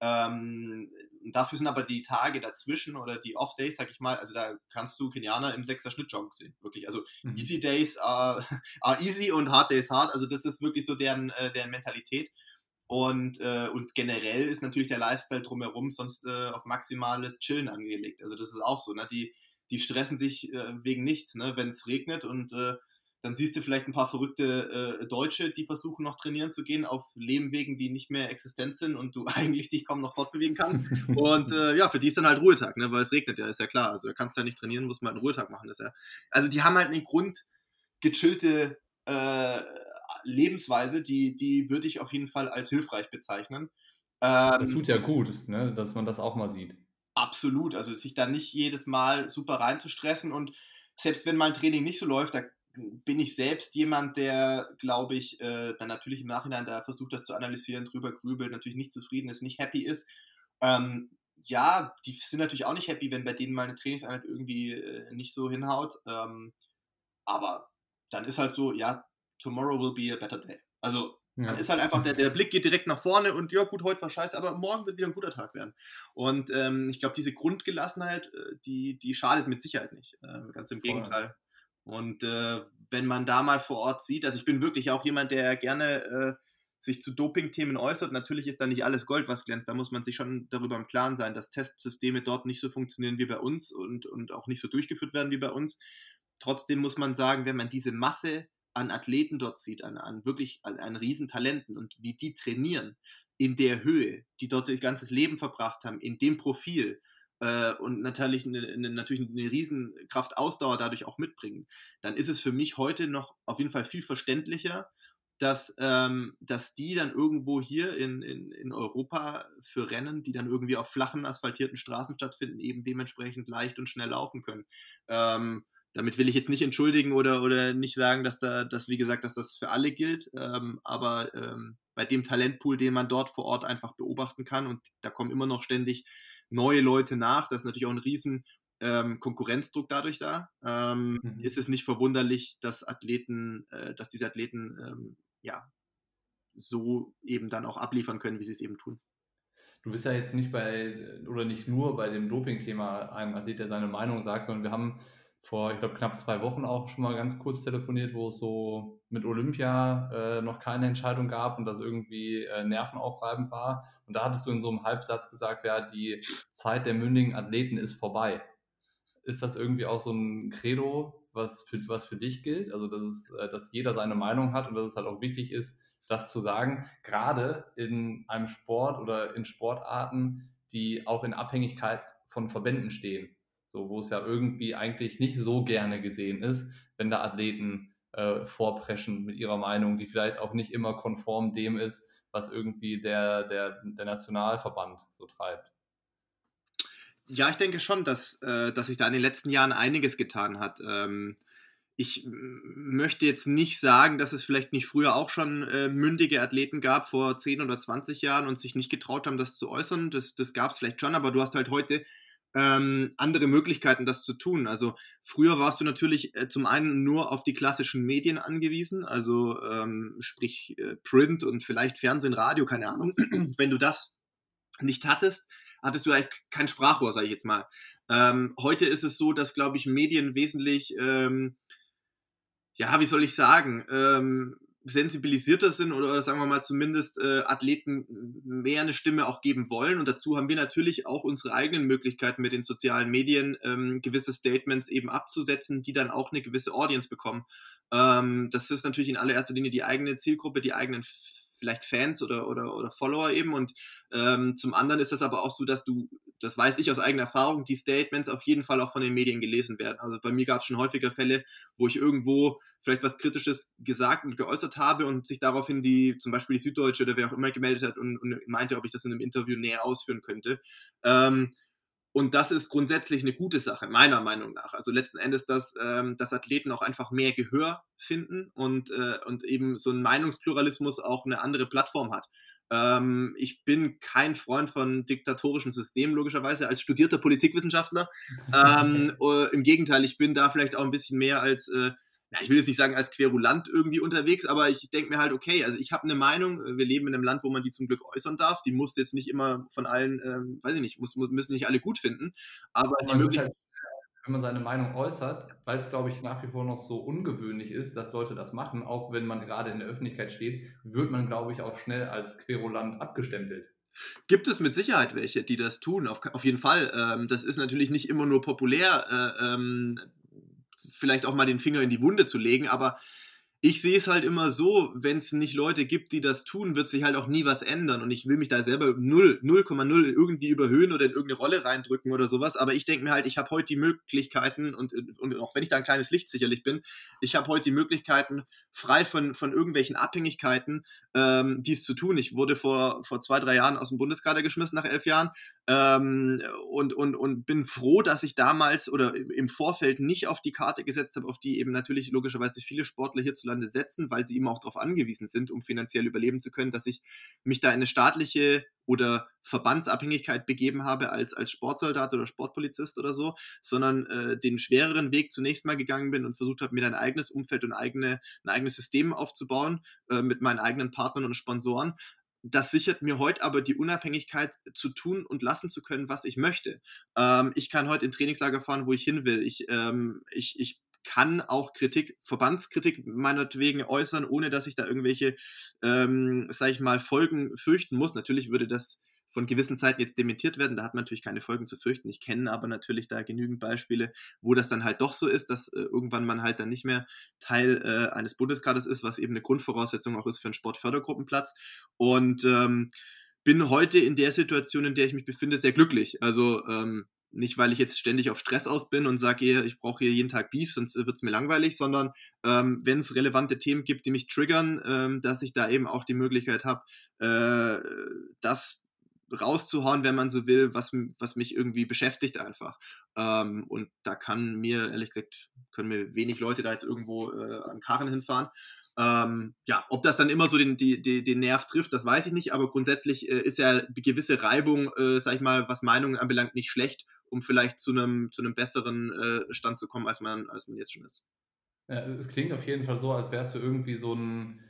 ähm, dafür sind aber die Tage dazwischen oder die Off-Days, sag ich mal, also da kannst du Kenianer im sechser Schnitt joggen sehen, wirklich. Also Mhm. Easy Days are, are easy und Hard Days hard, also das ist wirklich so deren, äh, deren Mentalität. Und, äh, und generell ist natürlich der Lifestyle drumherum sonst äh, auf maximales Chillen angelegt. Also das ist auch so, ne? Die, die stressen sich äh, wegen nichts, ne? Wenn es regnet und äh, dann siehst du vielleicht ein paar verrückte äh, Deutsche, die versuchen noch trainieren zu gehen auf Lehmwegen, die nicht mehr existent sind und du eigentlich dich kaum noch fortbewegen kannst. Und äh, ja, für die ist dann halt Ruhetag, ne? Weil es regnet ja, ist ja klar. Also da kannst du ja nicht trainieren, musst mal einen Ruhetag machen. Das ist ja, also die haben halt eine grundgechillte äh, Lebensweise, die, die würde ich auf jeden Fall als hilfreich bezeichnen. Das Ähm, tut ja gut, ne, dass man das auch mal sieht. Absolut, also sich da nicht jedes Mal super reinzustressen und selbst wenn mal ein Training nicht so läuft, da bin ich selbst jemand, der, glaube ich, äh, dann natürlich im Nachhinein da versucht, das zu analysieren, drüber grübelt, natürlich nicht zufrieden ist, nicht happy ist. Ähm, ja, die sind natürlich auch nicht happy, wenn bei denen mal eine Trainingseinheit irgendwie äh, nicht so hinhaut. Ähm, aber dann ist halt so, ja, tomorrow will be a better day. Also dann Ja. ist halt einfach, der, der Blick geht direkt nach vorne und ja gut, heute war scheiße, aber morgen wird wieder ein guter Tag werden. Und ähm, ich glaube, diese Grundgelassenheit, äh, die, die schadet mit Sicherheit nicht. Äh, ganz im Voll. Gegenteil. Und äh, wenn man da mal vor Ort sieht, also ich bin wirklich auch jemand, der gerne äh, sich zu Doping-Themen äußert. Natürlich ist da nicht alles Gold, was glänzt. Da muss man sich schon darüber im Klaren sein, dass Testsysteme dort nicht so funktionieren wie bei uns und, und auch nicht so durchgeführt werden wie bei uns. Trotzdem muss man sagen, wenn man diese Masse an Athleten dort sieht, an, an wirklich an, an Riesentalenten und wie die trainieren, in der Höhe, die dort ihr ganzes Leben verbracht haben, in dem Profil äh, und natürlich eine, eine, natürlich eine Riesenkraft Ausdauer dadurch auch mitbringen, dann ist es für mich heute noch auf jeden Fall viel verständlicher, dass, ähm, dass die dann irgendwo hier in, in, in Europa für Rennen, die dann irgendwie auf flachen, asphaltierten Straßen stattfinden, eben dementsprechend leicht und schnell laufen können. Ähm, damit will ich jetzt nicht entschuldigen oder, oder nicht sagen, dass da, dass wie gesagt, dass das für alle gilt. Ähm, aber ähm, bei dem Talentpool, den man dort vor Ort einfach beobachten kann, und da kommen immer noch ständig neue Leute nach, da ist natürlich auch ein riesen ähm, Konkurrenzdruck dadurch da, ähm, Mhm. ist es nicht verwunderlich, dass Athleten, äh, dass diese Athleten ähm, ja so eben dann auch abliefern können, wie sie es eben tun. Du bist ja jetzt nicht bei oder nicht nur bei dem Doping-Thema ein Athlet, der seine Meinung sagt, sondern wir haben vor, ich glaube, knapp zwei Wochen auch schon mal ganz kurz telefoniert, wo es so mit Olympia äh, noch keine Entscheidung gab und das irgendwie äh, nervenaufreibend war. Und da hattest du in so einem Halbsatz gesagt, ja, die Zeit der mündigen Athleten ist vorbei. Ist das irgendwie auch so ein Credo, was für, was für dich gilt? Also, dass, es, äh, dass jeder seine Meinung hat und dass es halt auch wichtig ist, das zu sagen, gerade in einem Sport oder in Sportarten, die auch in Abhängigkeit von Verbänden stehen. So, wo es ja irgendwie eigentlich nicht so gerne gesehen ist, wenn da Athleten äh, vorpreschen mit ihrer Meinung, die vielleicht auch nicht immer konform dem ist, was irgendwie der, der, der Nationalverband so treibt. Ja, ich denke schon, dass, äh, dass sich da in den letzten Jahren einiges getan hat. Ähm, ich m- möchte jetzt nicht sagen, dass es vielleicht nicht früher auch schon äh, mündige Athleten gab, vor zehn oder zwanzig Jahren und sich nicht getraut haben, das zu äußern. Das, das gab es vielleicht schon, aber du hast halt heute ähm, andere Möglichkeiten, das zu tun. Also früher warst du natürlich äh, zum einen nur auf die klassischen Medien angewiesen, also ähm, sprich äh, Print und vielleicht Fernsehen, Radio, keine Ahnung. Wenn du das nicht hattest, hattest du eigentlich kein Sprachrohr, sage ich jetzt mal. Ähm, heute ist es so, dass, glaube ich, Medien wesentlich, ähm, ja, wie soll ich sagen, ähm, sensibilisierter sind oder sagen wir mal zumindest äh, Athleten mehr eine Stimme auch geben wollen. Und dazu haben wir natürlich auch unsere eigenen Möglichkeiten mit den sozialen Medien, ähm, gewisse Statements eben abzusetzen, die dann auch eine gewisse Audience bekommen. Ähm, das ist natürlich in allererster Linie die eigene Zielgruppe, die eigenen vielleicht Fans oder, oder, oder Follower eben. Und ähm, zum anderen ist das aber auch so, dass du, das weiß ich aus eigener Erfahrung, die Statements auf jeden Fall auch von den Medien gelesen werden. Also bei mir gab es schon häufiger Fälle, wo ich irgendwo vielleicht was Kritisches gesagt und geäußert habe und sich daraufhin die, zum Beispiel die Süddeutsche oder wer auch immer gemeldet hat und, und meinte, ob ich das in einem Interview näher ausführen könnte. Ähm, und das ist grundsätzlich eine gute Sache, meiner Meinung nach. Also letzten Endes, dass, ähm, dass Athleten auch einfach mehr Gehör finden und, äh, und eben so ein Meinungspluralismus auch eine andere Plattform hat. Ähm, ich bin kein Freund von diktatorischen Systemen, logischerweise, als studierter Politikwissenschaftler. Ähm, äh, Im Gegenteil, ich bin da vielleicht auch ein bisschen mehr als, äh, ja, ich will jetzt nicht sagen als Querulant irgendwie unterwegs, aber ich denke mir halt, okay, also ich habe eine Meinung, wir leben in einem Land, wo man die zum Glück äußern darf, die muss jetzt nicht immer von allen, ähm, weiß ich nicht, muss, müssen nicht alle gut finden, aber Und die man wird Möglichkeit, halt, wenn man seine Meinung äußert, weil es, glaube ich, nach wie vor noch so ungewöhnlich ist, dass Leute das machen, auch wenn man gerade in der Öffentlichkeit steht, wird man, glaube ich, auch schnell als Querulant abgestempelt. gibt es mit Sicherheit welche, die das tun, auf, auf jeden Fall. Ähm, das ist natürlich nicht immer nur populär, äh, ähm, vielleicht auch mal den Finger in die Wunde zu legen, aber ich sehe es halt immer so, wenn es nicht Leute gibt, die das tun, wird sich halt auch nie was ändern. Und ich will mich da selber null, null Komma null irgendwie überhöhen oder in irgendeine Rolle reindrücken oder sowas. Aber ich denke mir halt, ich habe heute die Möglichkeiten, und, und auch wenn ich da ein kleines Licht sicherlich bin, ich habe heute die Möglichkeiten, frei von, von irgendwelchen Abhängigkeiten, ähm, dies zu tun. Ich wurde vor, vor zwei, drei Jahren aus dem Bundeskader geschmissen nach elf Jahren. Ähm, und, und, und bin froh, dass ich damals oder im Vorfeld nicht auf die Karte gesetzt habe, auf die eben natürlich logischerweise viele Sportler hierzulande setzen, weil sie eben auch darauf angewiesen sind, um finanziell überleben zu können, dass ich mich da in eine staatliche oder Verbandsabhängigkeit begeben habe als, als Sportsoldat oder Sportpolizist oder so, sondern äh, den schwereren Weg zunächst mal gegangen bin und versucht habe, mir ein eigenes Umfeld und eigene, ein eigenes System aufzubauen äh, mit meinen eigenen Partnern und Sponsoren. Das sichert mir heute aber die Unabhängigkeit zu tun und lassen zu können, was ich möchte. Ähm, ich kann heute in Trainingslager fahren, wo ich hin will. Ich, ähm, ich, ich kann auch Kritik, Verbandskritik meinetwegen äußern, ohne dass ich da irgendwelche, ähm, sag ich mal, Folgen fürchten muss. Natürlich würde das von gewissen Zeiten jetzt dementiert werden, da hat man natürlich keine Folgen zu fürchten. Ich kenne aber natürlich da genügend Beispiele, wo das dann halt doch so ist, dass äh, irgendwann man halt dann nicht mehr Teil äh, eines Bundeskaders ist, was eben eine Grundvoraussetzung auch ist für einen Sportfördergruppenplatz. Und ähm, bin heute in der Situation, in der ich mich befinde, sehr glücklich. Also ähm, nicht, weil ich jetzt ständig auf Stress aus bin und sage, ich brauche hier jeden Tag Beef, sonst wird es mir langweilig, sondern ähm, wenn es relevante Themen gibt, die mich triggern, ähm, dass ich da eben auch die Möglichkeit habe, äh, das rauszuhauen, wenn man so will, was, was mich irgendwie beschäftigt einfach. Ähm, und da kann mir, ehrlich gesagt, können mir wenig Leute da jetzt irgendwo äh, an Karren hinfahren. Ähm, ja, ob das dann immer so den, die, die, den Nerv trifft, das weiß ich nicht, aber grundsätzlich äh, ist ja eine gewisse Reibung, äh, sag ich mal, was Meinungen anbelangt, nicht schlecht, um vielleicht zu einem zu einem besseren äh, Stand zu kommen, als man, als man jetzt schon ist. Ja, es klingt auf jeden Fall so, als wärst du irgendwie so ein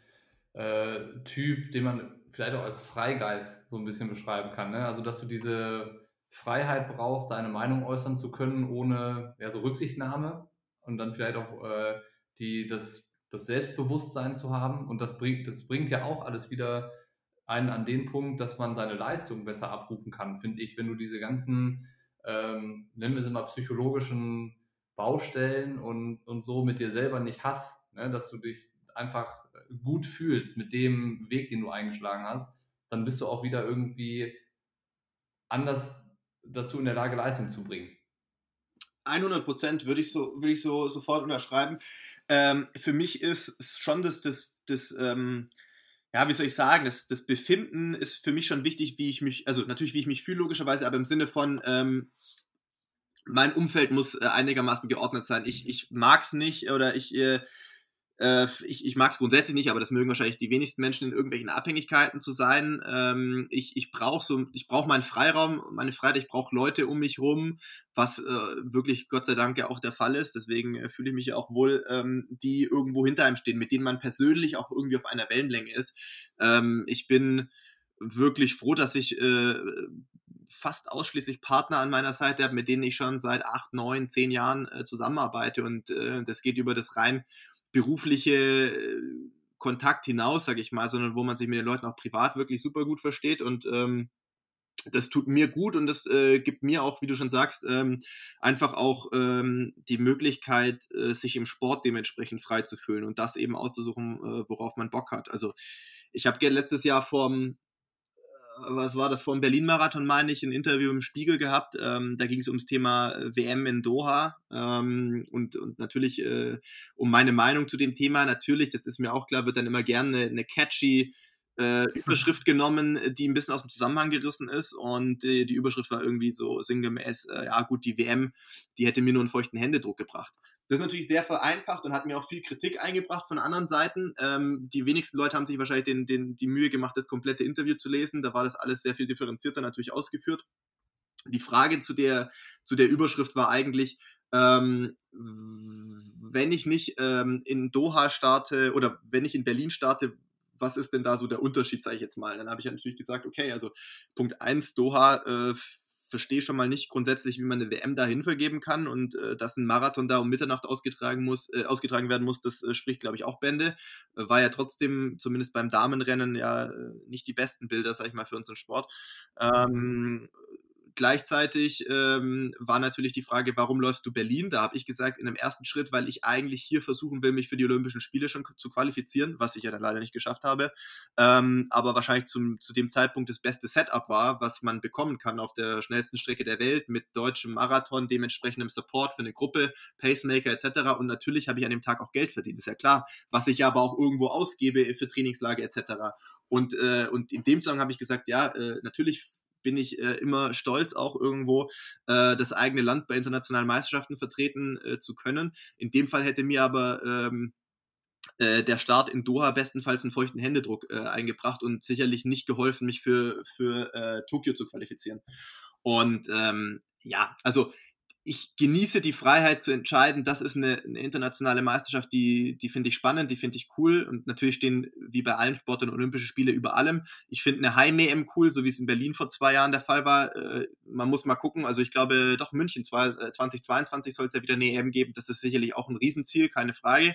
äh, Typ, den man vielleicht auch als Freigeist so ein bisschen beschreiben kann. Ne? Also, dass du diese Freiheit brauchst, deine Meinung äußern zu können, ohne ja, so Rücksichtnahme und dann vielleicht auch äh, die, das, das Selbstbewusstsein zu haben. Und das bringt, das bringt ja auch alles wieder einen an den Punkt, dass man seine Leistung besser abrufen kann, finde ich, wenn du diese ganzen, ähm, nennen wir sie mal, psychologischen Baustellen und, und so mit dir selber nicht hast, ne? Dass du dich einfach gut fühlst mit dem Weg, den du eingeschlagen hast, dann bist du auch wieder irgendwie anders dazu in der Lage, Leistung zu bringen. hundert Prozent würde ich so, würde ich so sofort unterschreiben. Ähm, für mich ist schon das, das, das ähm, ja, wie soll ich sagen, das, das Befinden ist für mich schon wichtig, wie ich mich, also natürlich, wie ich mich fühle, logischerweise, aber im Sinne von, ähm, mein Umfeld muss äh, einigermaßen geordnet sein. Ich, ich mag es nicht oder ich, äh, äh, ich, ich mag es grundsätzlich nicht, aber das mögen wahrscheinlich die wenigsten Menschen, in irgendwelchen Abhängigkeiten zu sein. Ähm, ich ich brauche so, ich brauche meinen Freiraum, meine Freiheit, ich brauche Leute um mich rum, was äh, wirklich Gott sei Dank ja auch der Fall ist. Deswegen äh, fühle ich mich ja auch wohl, ähm, die irgendwo hinter einem stehen, mit denen man persönlich auch irgendwie auf einer Wellenlänge ist. Ähm, ich bin wirklich froh, dass ich äh, fast ausschließlich Partner an meiner Seite habe, mit denen ich schon seit acht, neun, zehn Jahren äh, zusammenarbeite, und äh, das geht über das rein berufliche äh, Kontakt hinaus, sage ich mal, sondern wo man sich mit den Leuten auch privat wirklich super gut versteht, und ähm, das tut mir gut, und das äh, gibt mir auch, wie du schon sagst, ähm, einfach auch ähm, die Möglichkeit, äh, sich im Sport dementsprechend frei zu fühlen und das eben auszusuchen, äh, worauf man Bock hat. Also ich habe letztes Jahr vom was war das, vor dem Berlin-Marathon, meine ich, ein Interview im Spiegel gehabt. Ähm, da ging es ums Thema W M in Doha, ähm, und, und natürlich äh, um meine Meinung zu dem Thema. Natürlich, das ist mir auch klar, wird dann immer gerne eine, eine catchy äh, Überschrift genommen, die ein bisschen aus dem Zusammenhang gerissen ist, und äh, die Überschrift war irgendwie so sinngemäß, äh, ja gut, die W M, die hätte mir nur einen feuchten Händedruck gebracht. Das ist natürlich sehr vereinfacht und hat mir auch viel Kritik eingebracht von anderen Seiten. Ähm, die wenigsten Leute haben sich wahrscheinlich den, den, die Mühe gemacht, das komplette Interview zu lesen. Da war das alles sehr viel differenzierter natürlich ausgeführt. Die Frage zu der, zu der Überschrift war eigentlich, ähm, wenn ich nicht ähm, in Doha starte oder wenn ich in Berlin starte, was ist denn da so der Unterschied, sage ich jetzt mal? Dann habe ich ja natürlich gesagt, okay, also Punkt eins, Doha, äh, verstehe schon mal nicht grundsätzlich, wie man eine W M dahin vergeben kann, und äh, dass ein Marathon da um Mitternacht ausgetragen muss, äh, ausgetragen werden muss, das äh, spricht, glaube ich, auch Bände. Äh, war ja trotzdem, zumindest beim Damenrennen, ja äh, nicht die besten Bilder, sag ich mal, für unseren Sport. Ähm, Gleichzeitig ähm, war natürlich die Frage, warum läufst du Berlin? Da habe ich gesagt, in einem ersten Schritt, weil ich eigentlich hier versuchen will, mich für die Olympischen Spiele schon zu qualifizieren, was ich ja dann leider nicht geschafft habe, ähm, aber wahrscheinlich zum, zu dem Zeitpunkt das beste Setup war, was man bekommen kann auf der schnellsten Strecke der Welt, mit deutschem Marathon, dementsprechendem Support für eine Gruppe, Pacemaker et cetera. Und natürlich habe ich an dem Tag auch Geld verdient, ist ja klar, was ich aber auch irgendwo ausgebe für Trainingslager et cetera. Und, äh, und in dem Song habe ich gesagt, ja, äh, natürlich bin ich äh, immer stolz, auch irgendwo äh, das eigene Land bei internationalen Meisterschaften vertreten äh, zu können. In dem Fall hätte mir aber ähm, äh, der Start in Doha bestenfalls einen feuchten Händedruck äh, eingebracht und sicherlich nicht geholfen, mich für, für äh, Tokio zu qualifizieren. Und ähm, ja, also ich genieße die Freiheit zu entscheiden, das ist eine, eine internationale Meisterschaft, die, die finde ich spannend, die finde ich cool, und natürlich stehen wie bei allen Sportarten Olympische Spiele über allem. Ich finde eine Heim-E M cool, so wie es in Berlin vor zwei Jahren der Fall war. Äh, man muss mal gucken, also ich glaube doch München zwanzig zweiundzwanzig soll es ja wieder eine E M geben, das ist sicherlich auch ein Riesenziel, keine Frage.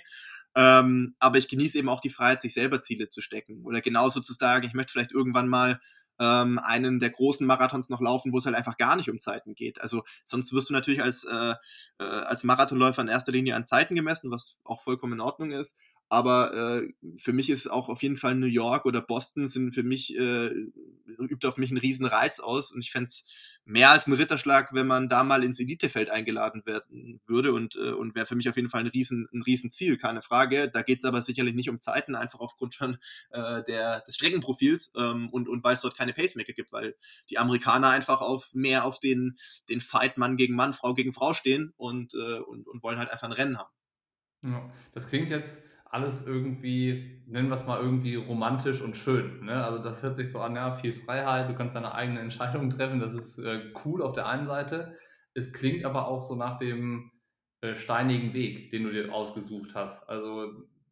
Ähm, aber ich genieße eben auch die Freiheit, sich selber Ziele zu stecken oder genauso zu sagen, ich möchte vielleicht irgendwann mal ähm, einen der großen Marathons noch laufen, wo es halt einfach gar nicht um Zeiten geht. Also sonst wirst du natürlich als, äh, äh, als Marathonläufer in erster Linie an Zeiten gemessen, was auch vollkommen in Ordnung ist. Aber äh, für mich ist auch auf jeden Fall New York oder Boston sind für mich, äh, übt auf mich einen riesen Reiz aus, und ich fände es mehr als ein Ritterschlag, wenn man da mal ins Elitefeld eingeladen werden würde, und, äh, und wäre für mich auf jeden Fall ein riesen, ein riesen Ziel, keine Frage. Da geht es aber sicherlich nicht um Zeiten, einfach aufgrund schon äh, der, des Streckenprofils ähm, und, und weil es dort keine Pacemaker gibt, weil die Amerikaner einfach auf mehr auf den, den Fight Mann gegen Mann, Frau gegen Frau stehen, und, äh, und, und wollen halt einfach ein Rennen haben. Ja, das klingt jetzt alles irgendwie, nennen wir es mal irgendwie romantisch und schön. Ne? Also das hört sich so an, ja, viel Freiheit, du kannst deine eigenen Entscheidungen treffen, das ist äh, cool auf der einen Seite. Es klingt aber auch so nach dem äh, steinigen Weg, den du dir ausgesucht hast. Also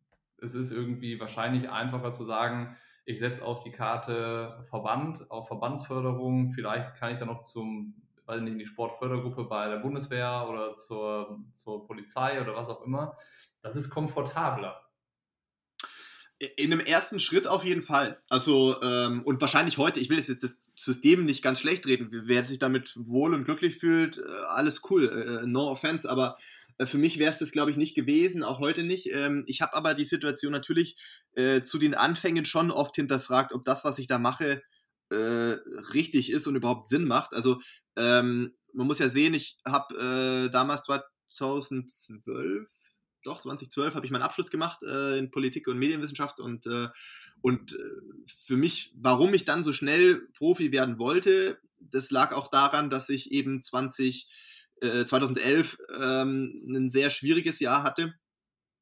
es ist irgendwie wahrscheinlich einfacher zu sagen, ich setze auf die Karte Verband, auf Verbandsförderung, vielleicht kann ich dann noch zum, weiß nicht, in die Sportfördergruppe bei der Bundeswehr oder zur, zur Polizei oder was auch immer. Das ist komfortabler. In einem ersten Schritt auf jeden Fall. Also, ähm, und wahrscheinlich heute, ich will jetzt das System nicht ganz schlecht reden, wer sich damit wohl und glücklich fühlt, äh, alles cool, äh, no offense, aber äh, für mich wäre es das, glaube ich, nicht gewesen, auch heute nicht. Ähm, ich habe aber die Situation natürlich äh, zu den Anfängen schon oft hinterfragt, ob das, was ich da mache, äh, richtig ist und überhaupt Sinn macht. Also, ähm, man muss ja sehen, ich habe äh, damals zweitausendzwölf doch, zweitausendzwölf habe ich meinen Abschluss gemacht äh, in Politik und Medienwissenschaft, und, äh, und äh, für mich, warum ich dann so schnell Profi werden wollte, das lag auch daran, dass ich eben zwanzig, äh, zweitausendelf ähm, ein sehr schwieriges Jahr hatte,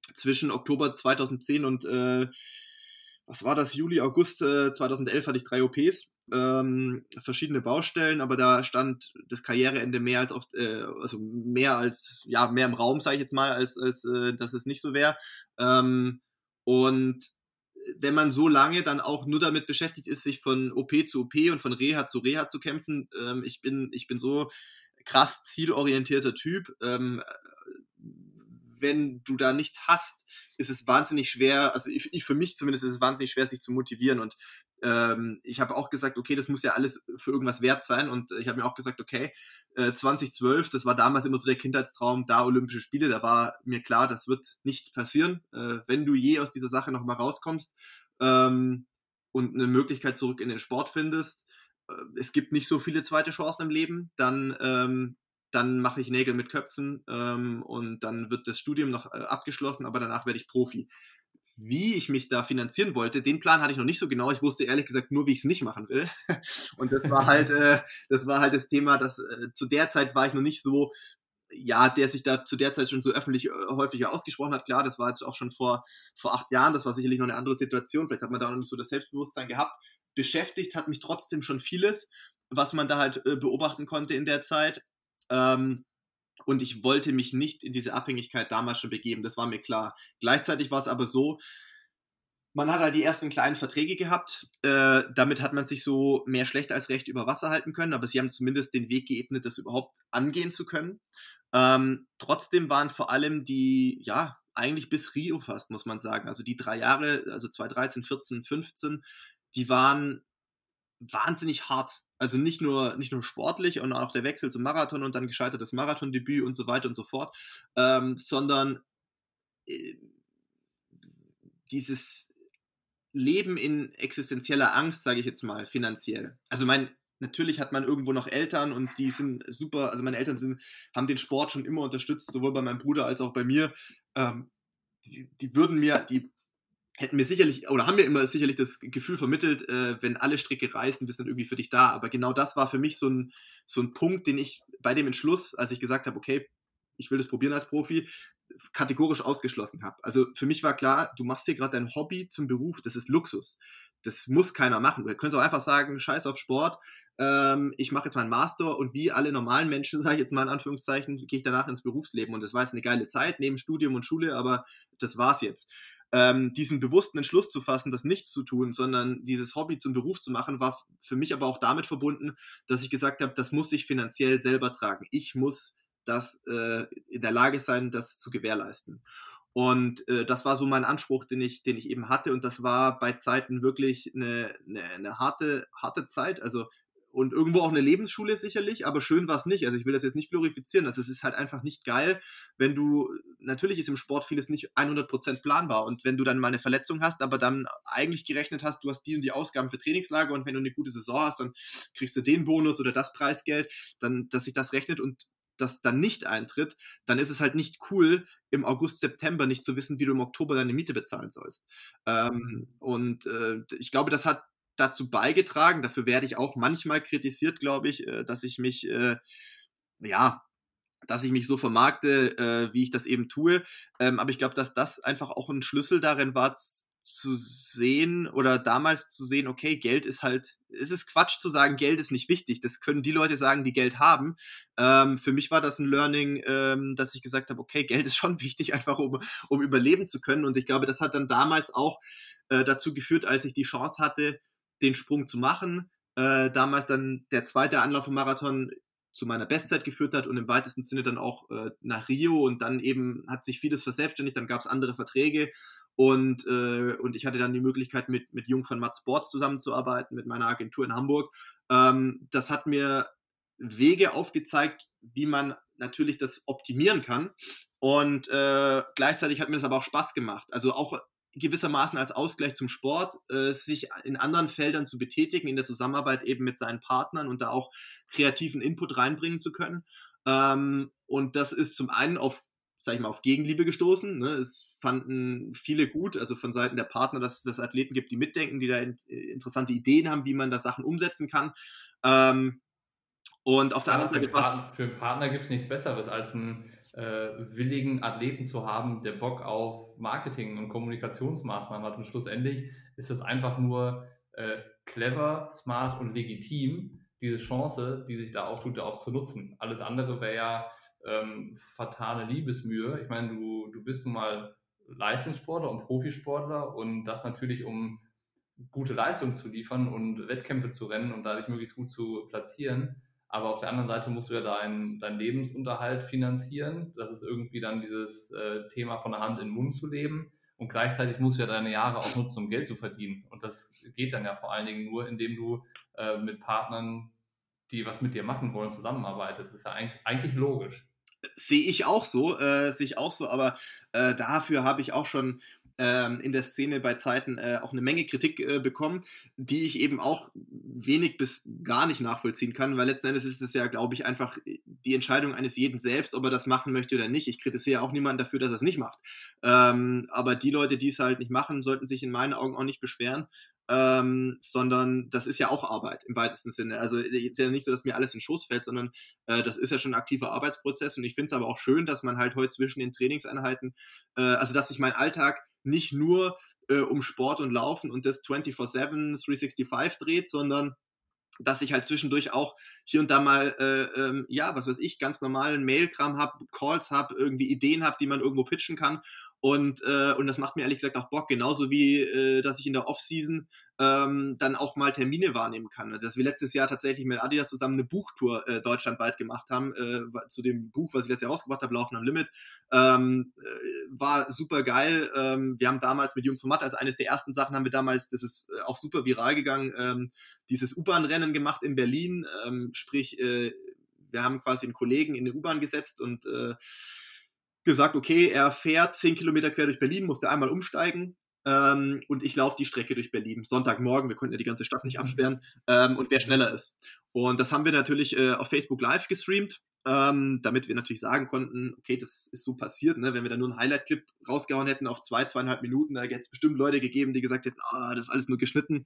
zwischen Oktober zweitausendzehn und, äh, was war das, Juli, August äh, zweitausendelf hatte ich drei O Ps, ähm, verschiedene Baustellen, aber da stand das Karriereende mehr als oft, äh, also mehr als, ja, mehr im Raum, sage ich jetzt mal, als, als äh, dass es nicht so wäre. Ähm, und wenn man so lange dann auch nur damit beschäftigt ist, sich von O P zu O P und von Reha zu Reha zu kämpfen, ähm, ich bin, ich bin so krass zielorientierter Typ. Ähm, wenn du da nichts hast, ist es wahnsinnig schwer, also ich, ich für mich zumindest ist es wahnsinnig schwer, sich zu motivieren. Und ähm, ich habe auch gesagt, okay, das muss ja alles für irgendwas wert sein. Und ich habe mir auch gesagt, okay, äh, zweitausendzwölf, das war damals immer so der Kindheitstraum, da Olympische Spiele, da war mir klar, das wird nicht passieren. Äh, wenn du je aus dieser Sache nochmal rauskommst ähm, und eine Möglichkeit zurück in den Sport findest, äh, es gibt nicht so viele zweite Chancen im Leben, dann ähm, dann mache ich Nägel mit Köpfen ähm, und dann wird das Studium noch äh, abgeschlossen, aber danach werde ich Profi. Wie ich mich da finanzieren wollte, den Plan hatte ich noch nicht so genau. Ich wusste ehrlich gesagt nur, wie ich es nicht machen will. Und das war halt, äh, das war halt das Thema, dass äh, zu der Zeit war ich noch nicht so, ja, der sich da zu der Zeit schon so öffentlich äh, häufiger ausgesprochen hat. Klar, das war jetzt auch schon vor, vor acht Jahren, das war sicherlich noch eine andere Situation. Vielleicht hat man da noch nicht so das Selbstbewusstsein gehabt. Beschäftigt hat mich trotzdem schon vieles, was man da halt äh, beobachten konnte in der Zeit. Ähm, und ich wollte mich nicht in diese Abhängigkeit damals schon begeben, das war mir klar. Gleichzeitig war es aber so, man hat halt die ersten kleinen Verträge gehabt. Äh, damit hat man sich so mehr schlecht als recht über Wasser halten können, aber sie haben zumindest den Weg geebnet, das überhaupt angehen zu können. Ähm, trotzdem waren vor allem die, ja, eigentlich bis Rio fast, muss man sagen. Also die drei Jahre, also zweitausenddreizehn, vierzehn, fünfzehn, die waren wahnsinnig hart. Also nicht nur, nicht nur sportlich und auch der Wechsel zum Marathon und dann gescheitertes Marathondebüt und so weiter und so fort, ähm, sondern äh, dieses Leben in existenzieller Angst, sage ich jetzt mal, finanziell. Also mein, natürlich hat man irgendwo noch Eltern und die sind super, also meine Eltern sind, haben den Sport schon immer unterstützt, sowohl bei meinem Bruder als auch bei mir. Ähm, die, die würden mir, die hätten mir sicherlich, oder haben mir immer sicherlich das Gefühl vermittelt, äh, wenn alle Stricke reißen, bist dann irgendwie für dich da. Aber genau das war für mich so ein, so ein Punkt, den ich bei dem Entschluss, als ich gesagt habe, okay, ich will das probieren als Profi, kategorisch ausgeschlossen habe. Also für mich war klar, du machst hier gerade dein Hobby zum Beruf, das ist Luxus. Das muss keiner machen. Du könntest auch einfach sagen, scheiß auf Sport, ähm, ich mache jetzt meinen Master und wie alle normalen Menschen, sage ich jetzt mal in Anführungszeichen, gehe ich danach ins Berufsleben. Und das war jetzt eine geile Zeit, neben Studium und Schule, aber das war's jetzt. Ähm, diesen bewussten Entschluss zu fassen, das nichts zu tun, sondern dieses Hobby zum Beruf zu machen, war für mich aber auch damit verbunden, dass ich gesagt habe, das muss ich finanziell selber tragen. Ich muss das äh, in der Lage sein, das zu gewährleisten. Und äh, das war so mein Anspruch, den ich, den ich eben hatte. Und das war bei Zeiten wirklich eine, eine, eine harte, harte Zeit. Also und irgendwo auch eine Lebensschule sicherlich, aber schön war es nicht. Also ich will das jetzt nicht glorifizieren. Also es ist halt einfach nicht geil, wenn du, natürlich ist im Sport vieles nicht hundert Prozent planbar und wenn du dann mal eine Verletzung hast, aber dann eigentlich gerechnet hast, du hast die und die Ausgaben für Trainingslager und wenn du eine gute Saison hast, dann kriegst du den Bonus oder das Preisgeld, dann, dass sich das rechnet und das dann nicht eintritt, dann ist es halt nicht cool, im August, September nicht zu wissen, wie du im Oktober deine Miete bezahlen sollst. Ähm, und äh, ich glaube, das hat dazu beigetragen, dafür werde ich auch manchmal kritisiert, glaube ich, äh, dass ich mich, äh, ja, dass ich mich so vermarkte, äh, wie ich das eben tue. Ähm, aber ich glaube, dass das einfach auch ein Schlüssel darin war, z- zu sehen oder damals zu sehen, okay, Geld ist halt, es ist Quatsch zu sagen, Geld ist nicht wichtig. Das können die Leute sagen, die Geld haben. Ähm, für mich war das ein Learning, ähm, dass ich gesagt habe, okay, Geld ist schon wichtig, einfach um, um überleben zu können. Und ich glaube, das hat dann damals auch äh, dazu geführt, als ich die Chance hatte, den Sprung zu machen. Äh, damals dann der zweite Anlauf im Marathon zu meiner Bestzeit geführt hat und im weitesten Sinne dann auch äh, nach Rio und dann eben hat sich vieles verselbstständigt, dann gab es andere Verträge und, äh, und ich hatte dann die Möglichkeit mit, mit Jung von Matt Sports zusammenzuarbeiten, mit meiner Agentur in Hamburg. Ähm, das hat mir Wege aufgezeigt, wie man natürlich das optimieren kann und äh, gleichzeitig hat mir das aber auch Spaß gemacht. Also auch gewissermaßen als Ausgleich zum Sport, äh, sich in anderen Feldern zu betätigen, in der Zusammenarbeit eben mit seinen Partnern und da auch kreativen Input reinbringen zu können. Ähm, und das ist zum einen auf, sag ich mal, auf Gegenliebe gestoßen. Ne? Es fanden viele gut, also von Seiten der Partner, dass es das Athleten gibt, die mitdenken, die da in, interessante Ideen haben, wie man da Sachen umsetzen kann. Ähm, Und auf der Ja, anderen für Seite einen war Partner, für einen Partner gibt es nichts Besseres, als einen äh, willigen Athleten zu haben, der Bock auf Marketing und Kommunikationsmaßnahmen hat. Und schlussendlich ist es einfach nur äh, clever, smart und legitim, diese Chance, die sich da auftut, auch zu nutzen. Alles andere wäre ja ähm, fatale Liebesmühe. Ich meine, du, du bist nun mal Leistungssportler und Profisportler und das natürlich, um gute Leistung zu liefern und Wettkämpfe zu rennen und dadurch möglichst gut zu platzieren. Aber auf der anderen Seite musst du ja deinen dein Lebensunterhalt finanzieren. Das ist irgendwie dann dieses äh, Thema von der Hand in den Mund zu leben. Und gleichzeitig musst du ja deine Jahre auch nutzen, um Geld zu verdienen. Und das geht dann ja vor allen Dingen nur, indem du äh, mit Partnern, die was mit dir machen wollen, zusammenarbeitest. Das ist ja eigentlich, eigentlich logisch. Sehe ich auch so, äh, sehe ich auch so, aber äh, dafür habe ich auch schon ähm, in der Szene bei Zeiten äh, auch eine Menge Kritik äh, bekommen, die ich eben auch wenig bis gar nicht nachvollziehen kann, weil letzten Endes ist es ja, glaube ich, einfach die Entscheidung eines jeden selbst, ob er das machen möchte oder nicht. Ich kritisiere auch niemanden dafür, dass er es nicht macht. Ähm, aber die Leute, die es halt nicht machen, sollten sich in meinen Augen auch nicht beschweren. Ähm, sondern das ist ja auch Arbeit im weitesten Sinne. Also es ist ja nicht so, dass mir alles in den Schoß fällt, sondern äh, das ist ja schon ein aktiver Arbeitsprozess und ich finde es aber auch schön, dass man halt heute zwischen den Trainingseinheiten, äh, also dass sich mein Alltag nicht nur äh, um Sport und Laufen und das vierundzwanzig sieben, dreihundertfünfundsechzig dreht, sondern dass ich halt zwischendurch auch hier und da mal, äh, ähm, ja, was weiß ich, ganz normalen Mailkram habe, Calls habe, irgendwie Ideen habe, die man irgendwo pitchen kann. Und, äh, und das macht mir ehrlich gesagt auch Bock, genauso wie, äh, dass ich in der Offseason ähm, dann auch mal Termine wahrnehmen kann. Dass wir letztes Jahr tatsächlich mit Adidas zusammen eine Buchtour äh, deutschlandweit gemacht haben, äh, zu dem Buch, was ich letztes Jahr rausgebracht habe, Laufen am Limit. Ähm, äh, war super geil. Ähm, wir haben damals mit Jung von Matt, also eines der ersten Sachen haben wir damals, das ist auch super viral gegangen, ähm, dieses U-Bahn-Rennen gemacht in Berlin, ähm, sprich, äh, wir haben quasi einen Kollegen in eine U-Bahn gesetzt und äh, gesagt, okay, er fährt zehn Kilometer quer durch Berlin, musste einmal umsteigen ähm, und ich laufe die Strecke durch Berlin. Sonntagmorgen, wir konnten ja die ganze Stadt nicht absperren ähm, und wer schneller ist. Und das haben wir natürlich äh, auf Facebook Live gestreamt, ähm, damit wir natürlich sagen konnten, okay, das ist so passiert, ne? Wenn wir da nur einen Highlight-Clip rausgehauen hätten auf zwei, zweieinhalb Minuten, da hätte es bestimmt Leute gegeben, die gesagt hätten, ah, das ist alles nur geschnitten.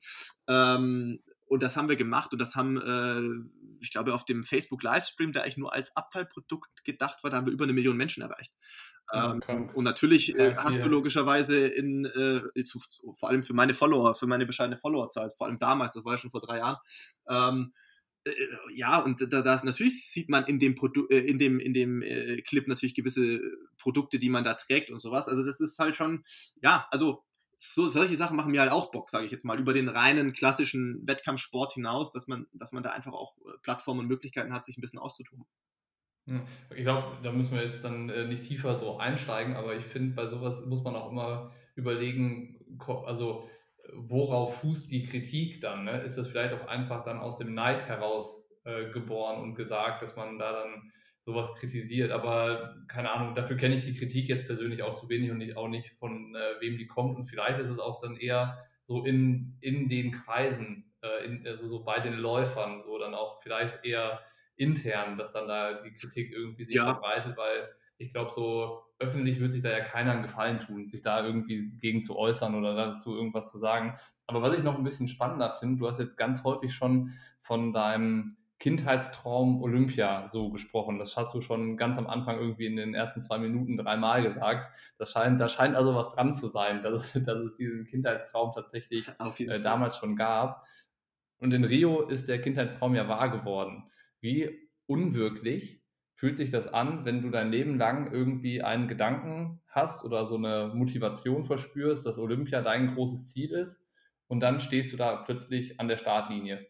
Ähm, und das haben wir gemacht und das haben, äh, ich glaube, auf dem Facebook-Livestream, der eigentlich nur als Abfallprodukt gedacht war, da haben wir über eine Million Menschen erreicht. Ja, Ähm, krank, und natürlich äh, krank hast du viel. logischerweise in, äh, zu, vor allem für meine Follower, für meine bescheidene Followerzahl, vor allem damals, das war ja schon vor drei Jahren, ähm, äh, ja, und da, da ist, natürlich sieht man in dem Produ äh, in dem, in dem äh, Clip natürlich gewisse Produkte, die man da trägt und sowas. Also das ist halt schon, ja, also so, solche Sachen machen mir halt auch Bock, sage ich jetzt mal, über den reinen klassischen Wettkampfsport hinaus, dass man, dass man da einfach auch äh, Plattformen und Möglichkeiten hat, sich ein bisschen auszutoben. Ja. Ich glaube, da müssen wir jetzt dann äh, nicht tiefer so einsteigen, aber ich finde, bei sowas muss man auch immer überlegen, ko- also äh, worauf fußt die Kritik dann? Ne? Ist das vielleicht auch einfach dann aus dem Neid heraus äh, geboren und gesagt, dass man da dann sowas kritisiert? Aber keine Ahnung, dafür kenne ich die Kritik jetzt persönlich auch zu wenig und nicht, auch nicht von äh, wem die kommt. Und vielleicht ist es auch dann eher so in, in den Kreisen, äh, in, also so bei den Läufern, so dann auch vielleicht eher intern, dass dann da die Kritik irgendwie sich Ja, verbreitet, weil ich glaube, so öffentlich wird sich da ja keiner einen Gefallen tun, sich da irgendwie gegen zu äußern oder dazu irgendwas zu sagen. Aber was ich noch ein bisschen spannender finde, du hast jetzt ganz häufig schon von deinem Kindheitstraum Olympia so gesprochen. Das hast du schon ganz am Anfang irgendwie in den ersten zwei Minuten dreimal gesagt. Das scheint, da scheint also was dran zu sein, dass, dass es diesen Kindheitstraum tatsächlich auf jeden äh, Fall. damals schon gab. Und in Rio ist der Kindheitstraum ja wahr geworden. Wie unwirklich fühlt sich das an, wenn du dein Leben lang irgendwie einen Gedanken hast oder so eine Motivation verspürst, dass Olympia dein großes Ziel ist und dann stehst du da plötzlich an der Startlinie?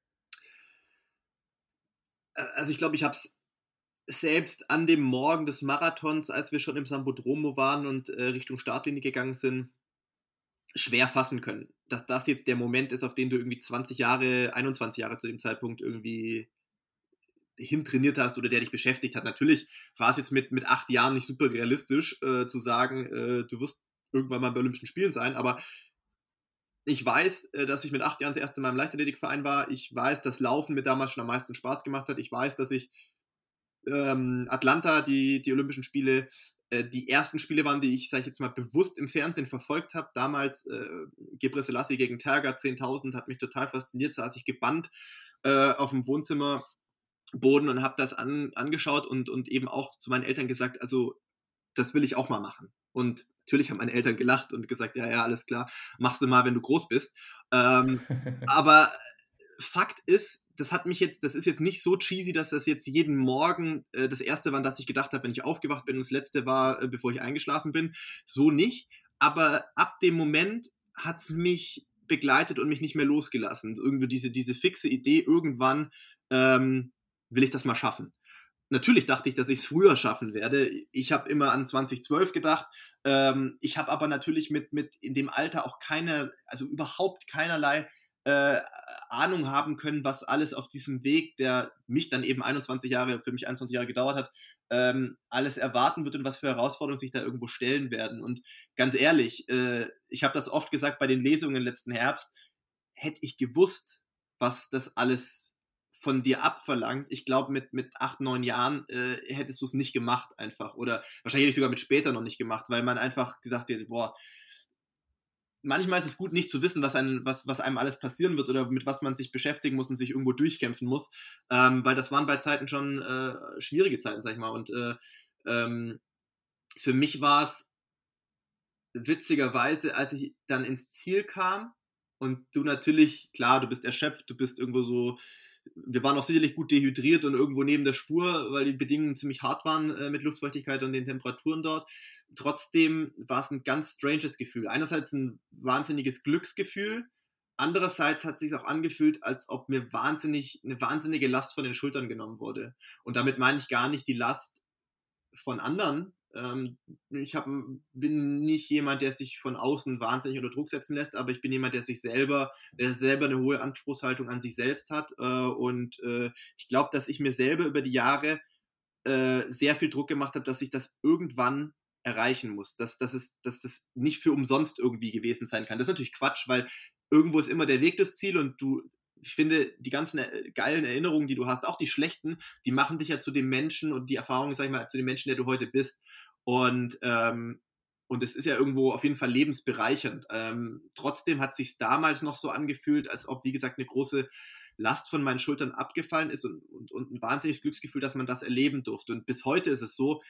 Also ich glaube, ich habe es selbst an dem Morgen des Marathons, als wir schon im Sambodromo waren und äh, Richtung Startlinie gegangen sind, schwer fassen können. Dass das jetzt der Moment ist, auf den du irgendwie zwanzig Jahre, einundzwanzig Jahre zu dem Zeitpunkt irgendwie hintrainiert hast oder der dich beschäftigt hat. Natürlich war es jetzt mit, mit acht Jahren nicht super realistisch äh, zu sagen, äh, du wirst irgendwann mal bei Olympischen Spielen sein, aber ich weiß, äh, dass ich mit acht Jahren das erste Mal im Leichtathletikverein war. Ich weiß, dass Laufen mir damals schon am meisten Spaß gemacht hat. Ich weiß, dass ich ähm, Atlanta, die, die Olympischen Spiele, äh, die ersten Spiele waren, die ich, sage ich jetzt mal, bewusst im Fernsehen verfolgt habe. Damals äh, Gebre Selassie gegen Terga, zehntausend, hat mich total fasziniert, saß ich gebannt äh, auf dem Wohnzimmer Boden und habe das an, angeschaut und, und eben auch zu meinen Eltern gesagt, also das will ich auch mal machen. Und natürlich haben meine Eltern gelacht und gesagt, ja, ja, alles klar, machst du mal, wenn du groß bist. Ähm, aber Fakt ist, das hat mich jetzt, das ist jetzt nicht so cheesy, dass das jetzt jeden Morgen äh, das erste war, an das ich gedacht habe, wenn ich aufgewacht bin und das letzte war, äh, bevor ich eingeschlafen bin. So nicht. Aber ab dem Moment hat es mich begleitet und mich nicht mehr losgelassen. Irgendwie diese, diese fixe Idee, irgendwann ähm, will ich das mal schaffen. Natürlich dachte ich, dass ich es früher schaffen werde. Ich habe immer an zwanzig zwölf gedacht. Ähm, ich habe aber natürlich mit, mit in dem Alter auch keine, also überhaupt keinerlei äh, Ahnung haben können, was alles auf diesem Weg, der mich dann eben einundzwanzig Jahre, für mich einundzwanzig Jahre gedauert hat, ähm, alles erwarten wird und was für Herausforderungen sich da irgendwo stellen werden. Und ganz ehrlich, äh, ich habe das oft gesagt bei den Lesungen letzten Herbst, hätte ich gewusst, was das alles von dir abverlangt, ich glaube, mit, mit acht, neun Jahren äh, hättest du es nicht gemacht einfach. Oder wahrscheinlich hätte ich sogar mit später noch nicht gemacht, weil man einfach gesagt hätte, boah, manchmal ist es gut, nicht zu wissen, was einem, was, was einem alles passieren wird oder mit was man sich beschäftigen muss und sich irgendwo durchkämpfen muss. Ähm, weil das waren bei Zeiten schon äh, schwierige Zeiten, sag ich mal. Und äh, ähm, für mich war es witzigerweise, als ich dann ins Ziel kam und du natürlich, klar, du bist erschöpft, du bist irgendwo so, wir waren auch sicherlich gut dehydriert und irgendwo neben der Spur, weil die Bedingungen ziemlich hart waren äh, mit Luftfeuchtigkeit und den Temperaturen dort. Trotzdem war es ein ganz stranges Gefühl. Einerseits ein wahnsinniges Glücksgefühl, andererseits hat es sich auch angefühlt, als ob mir wahnsinnig, eine wahnsinnige Last von den Schultern genommen wurde. Und damit meine ich gar nicht die Last von anderen. Ähm, ich hab, bin nicht jemand, der sich von außen wahnsinnig unter Druck setzen lässt, aber ich bin jemand, der sich selber, der selber eine hohe Anspruchshaltung an sich selbst hat. Äh, und äh, ich glaube, dass ich mir selber über die Jahre äh, sehr viel Druck gemacht habe, dass ich das irgendwann erreichen muss. Dass, dass, es, dass das nicht für umsonst irgendwie gewesen sein kann. Das ist natürlich Quatsch, weil irgendwo ist immer der Weg das Ziel und du, ich finde, die ganzen äh, geilen Erinnerungen, die du hast, auch die schlechten, die machen dich ja zu dem Menschen und die Erfahrungen, sag ich mal, zu dem Menschen, der du heute bist. Und, ähm, und es ist ja irgendwo auf jeden Fall lebensbereichernd. Ähm, trotzdem hat sich damals noch so angefühlt, als ob, wie gesagt, eine große Last von meinen Schultern abgefallen ist und, und, und ein wahnsinniges Glücksgefühl, dass man das erleben durfte. Und bis heute ist es so,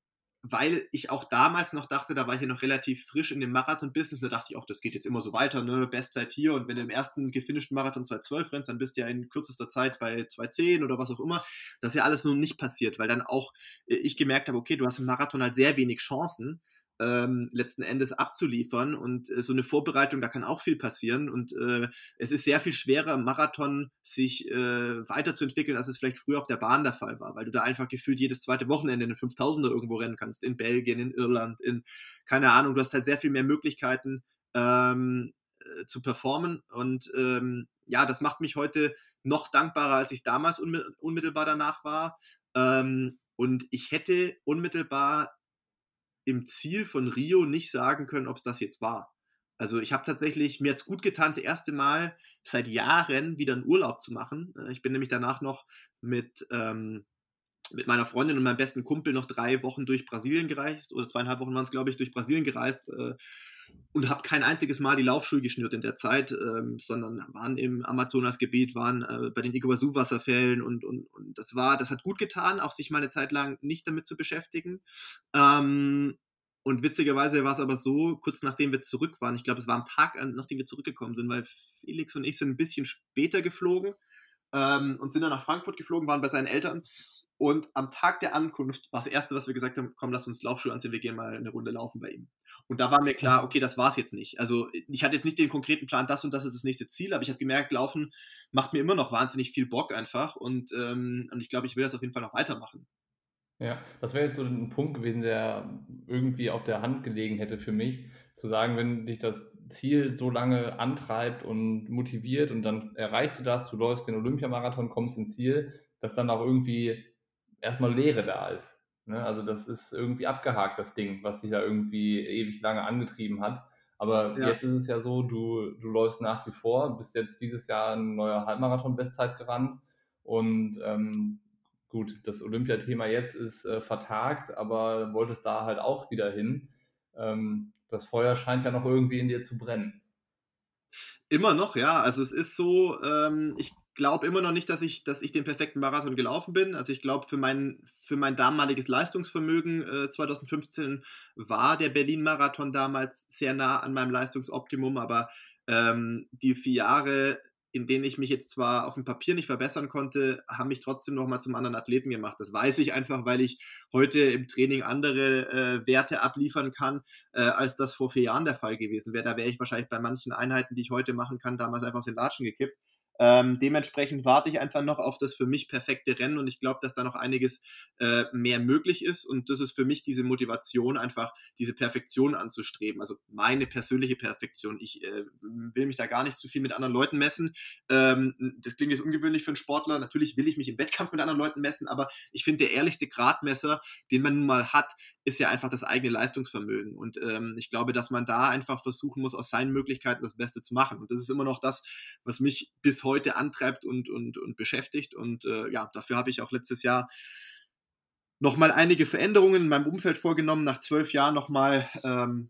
weil ich auch damals noch dachte, da war ich ja noch relativ frisch in dem Marathon-Business, da dachte ich auch, das geht jetzt immer so weiter, ne, Bestzeit hier und wenn du im ersten gefinishten Marathon zwei zwölf rennst, dann bist du ja in kürzester Zeit bei zwei zehn oder was auch immer. Das ist ja alles so nicht passiert, weil dann auch äh, ich gemerkt habe, okay, du hast im Marathon halt sehr wenig Chancen, ähm, letzten Endes abzuliefern und äh, so eine Vorbereitung, da kann auch viel passieren und äh, es ist sehr viel schwerer im Marathon sich äh, weiterzuentwickeln, als es vielleicht früher auf der Bahn der Fall war, weil du da einfach gefühlt jedes zweite Wochenende in den fünftausender irgendwo rennen kannst, in Belgien, in Irland, in, keine Ahnung, du hast halt sehr viel mehr Möglichkeiten ähm, äh, zu performen und ähm, ja, das macht mich heute noch dankbarer, als ich es damals unmittelbar danach war ähm, und ich hätte unmittelbar im Ziel von Rio nicht sagen können, ob es das jetzt war. Also ich habe tatsächlich, mir jetzt gut getan, das erste Mal seit Jahren wieder einen Urlaub zu machen. Äh, Ich bin nämlich danach noch mit, ähm, mit meiner Freundin und meinem besten Kumpel noch drei Wochen durch Brasilien gereist, oder zweieinhalb Wochen waren es, glaube ich, durch Brasilien gereist äh, und habe kein einziges Mal die Laufschuhe geschnürt in der Zeit, ähm, sondern waren im Amazonasgebiet, waren äh, bei den Iguazu-Wasserfällen und, und, und das war, das hat gut getan, auch sich mal eine Zeit lang nicht damit zu beschäftigen. Ähm, und witzigerweise war es aber so, kurz nachdem wir zurück waren, ich glaube, es war am Tag, nachdem wir zurückgekommen sind, weil Felix und ich sind ein bisschen später geflogen ähm, und sind dann nach Frankfurt geflogen, waren bei seinen Eltern. Und am Tag der Ankunft war das Erste, was wir gesagt haben, komm, lass uns Laufschuhe anziehen, wir gehen mal eine Runde laufen bei ihm. Und da war mir klar, okay, das war es jetzt nicht. Also ich hatte jetzt nicht den konkreten Plan, das und das ist das nächste Ziel, aber ich habe gemerkt, Laufen macht mir immer noch wahnsinnig viel Bock einfach. Und, ähm, und ich glaube, ich will das auf jeden Fall noch weitermachen. Ja, das wäre jetzt so ein Punkt gewesen, der irgendwie auf der Hand gelegen hätte für mich, zu sagen, wenn dich das Ziel so lange antreibt und motiviert und dann erreichst du das, du läufst den Olympiamarathon, kommst ins Ziel, dass dann auch irgendwie erstmal Leere da ist. Ne? Also das ist irgendwie abgehakt, das Ding, was dich da irgendwie ewig lange angetrieben hat. Aber Ja. jetzt ist es ja so, du, du läufst nach wie vor, bist jetzt dieses Jahr ein neuer Halbmarathon-Bestzeit gerannt und ähm, gut, das Olympiathema jetzt ist äh, vertagt, aber wolltest da halt auch wieder hin. Ähm, das Feuer scheint ja noch irgendwie in dir zu brennen. Immer noch, ja. Also es ist so, ähm, ich glaube immer noch nicht, dass ich, dass ich den perfekten Marathon gelaufen bin. Also ich glaube, für mein, für mein damaliges Leistungsvermögen äh, zwanzig fünfzehn war der Berlin-Marathon damals sehr nah an meinem Leistungsoptimum, aber ähm, die vier Jahre, in denen ich mich jetzt zwar auf dem Papier nicht verbessern konnte, haben mich trotzdem nochmal zum anderen Athleten gemacht. Das weiß ich einfach, weil ich heute im Training andere äh, Werte abliefern kann, äh, als das vor vier Jahren der Fall gewesen wäre. Da wäre ich wahrscheinlich bei manchen Einheiten, die ich heute machen kann, damals einfach aus den Latschen gekippt. Ähm, dementsprechend warte ich einfach noch auf das für mich perfekte Rennen und ich glaube, dass da noch einiges äh, mehr möglich ist und das ist für mich diese Motivation, einfach diese Perfektion anzustreben, also meine persönliche Perfektion. Ich äh, will mich da gar nicht zu viel mit anderen Leuten messen. Ähm, das klingt jetzt ungewöhnlich für einen Sportler. Natürlich will ich mich im Wettkampf mit anderen Leuten messen, aber ich finde, der ehrlichste Gradmesser, den man nun mal hat, ist ja einfach das eigene Leistungsvermögen. Und ähm, ich glaube, dass man da einfach versuchen muss, aus seinen Möglichkeiten das Beste zu machen. Und das ist immer noch das, was mich bis heute antreibt und, und, und beschäftigt. Und äh, ja, dafür habe ich auch letztes Jahr nochmal einige Veränderungen in meinem Umfeld vorgenommen. Nach zwölf Jahren nochmal ähm,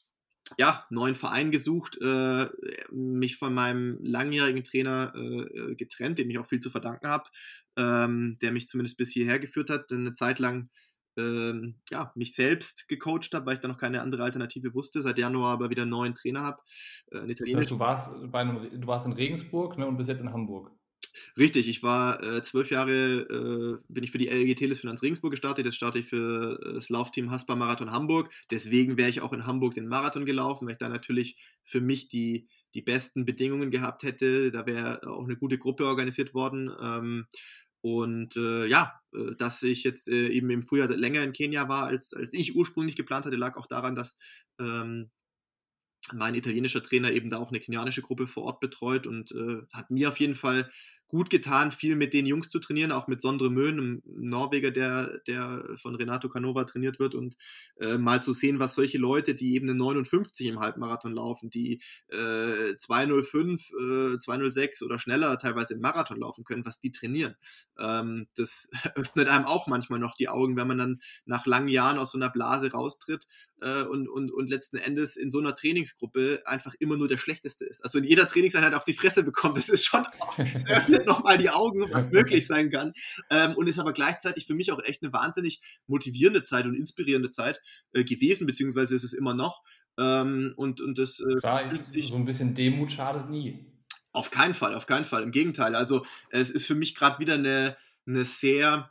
ja, neuen Verein gesucht, äh, mich von meinem langjährigen Trainer äh, getrennt, dem ich auch viel zu verdanken habe, ähm, der mich zumindest bis hierher geführt hat, eine Zeit lang ähm, ja, mich selbst gecoacht habe, weil ich da noch keine andere Alternative wusste, seit Januar aber wieder einen neuen Trainer habe, äh, einen Das heißt, italienischen. du warst, bei einem, du warst in Regensburg, ne, und bist jetzt in Hamburg. Richtig, ich war äh, zwölf Jahre, äh, bin ich für die L G Telis Finanz Regensburg gestartet, jetzt starte ich für äh, das Laufteam Haspa Marathon Hamburg, deswegen wäre ich auch in Hamburg den Marathon gelaufen, weil ich da natürlich für mich die, die besten Bedingungen gehabt hätte, da wäre auch eine gute Gruppe organisiert worden ähm, und äh, ja, äh, dass ich jetzt äh, eben im Frühjahr länger in Kenia war, als, als ich ursprünglich geplant hatte, lag auch daran, dass ähm, mein italienischer Trainer eben da auch eine kenianische Gruppe vor Ort betreut und äh, hat mir auf jeden Fall gut getan, viel mit den Jungs zu trainieren, auch mit Sondre Möhn, einem Norweger, der, der von Renato Canova trainiert wird und äh, mal zu sehen, was solche Leute, die eben eine neunundfünfzig im Halbmarathon laufen, die äh, zwei null fünf, äh, zwei null sechs oder schneller teilweise im Marathon laufen können, was die trainieren. Ähm, das öffnet einem auch manchmal noch die Augen, wenn man dann nach langen Jahren aus so einer Blase raustritt äh, und, und, und letzten Endes in so einer Trainingsgruppe einfach immer nur der Schlechteste ist. Also in jeder Trainingseinheit auf die Fresse bekommt. Das ist schon, das öffnet nochmal die Augen, was möglich sein kann. Ähm, und ist aber gleichzeitig für mich auch echt eine wahnsinnig motivierende Zeit und inspirierende Zeit äh, gewesen, beziehungsweise ist es immer noch. Ähm, und, und das äh, Klar, fühlt ich, sich so ein bisschen Demut schadet nie. auf keinen Fall, auf keinen Fall. Im Gegenteil. Also es ist für mich gerade wieder eine, eine sehr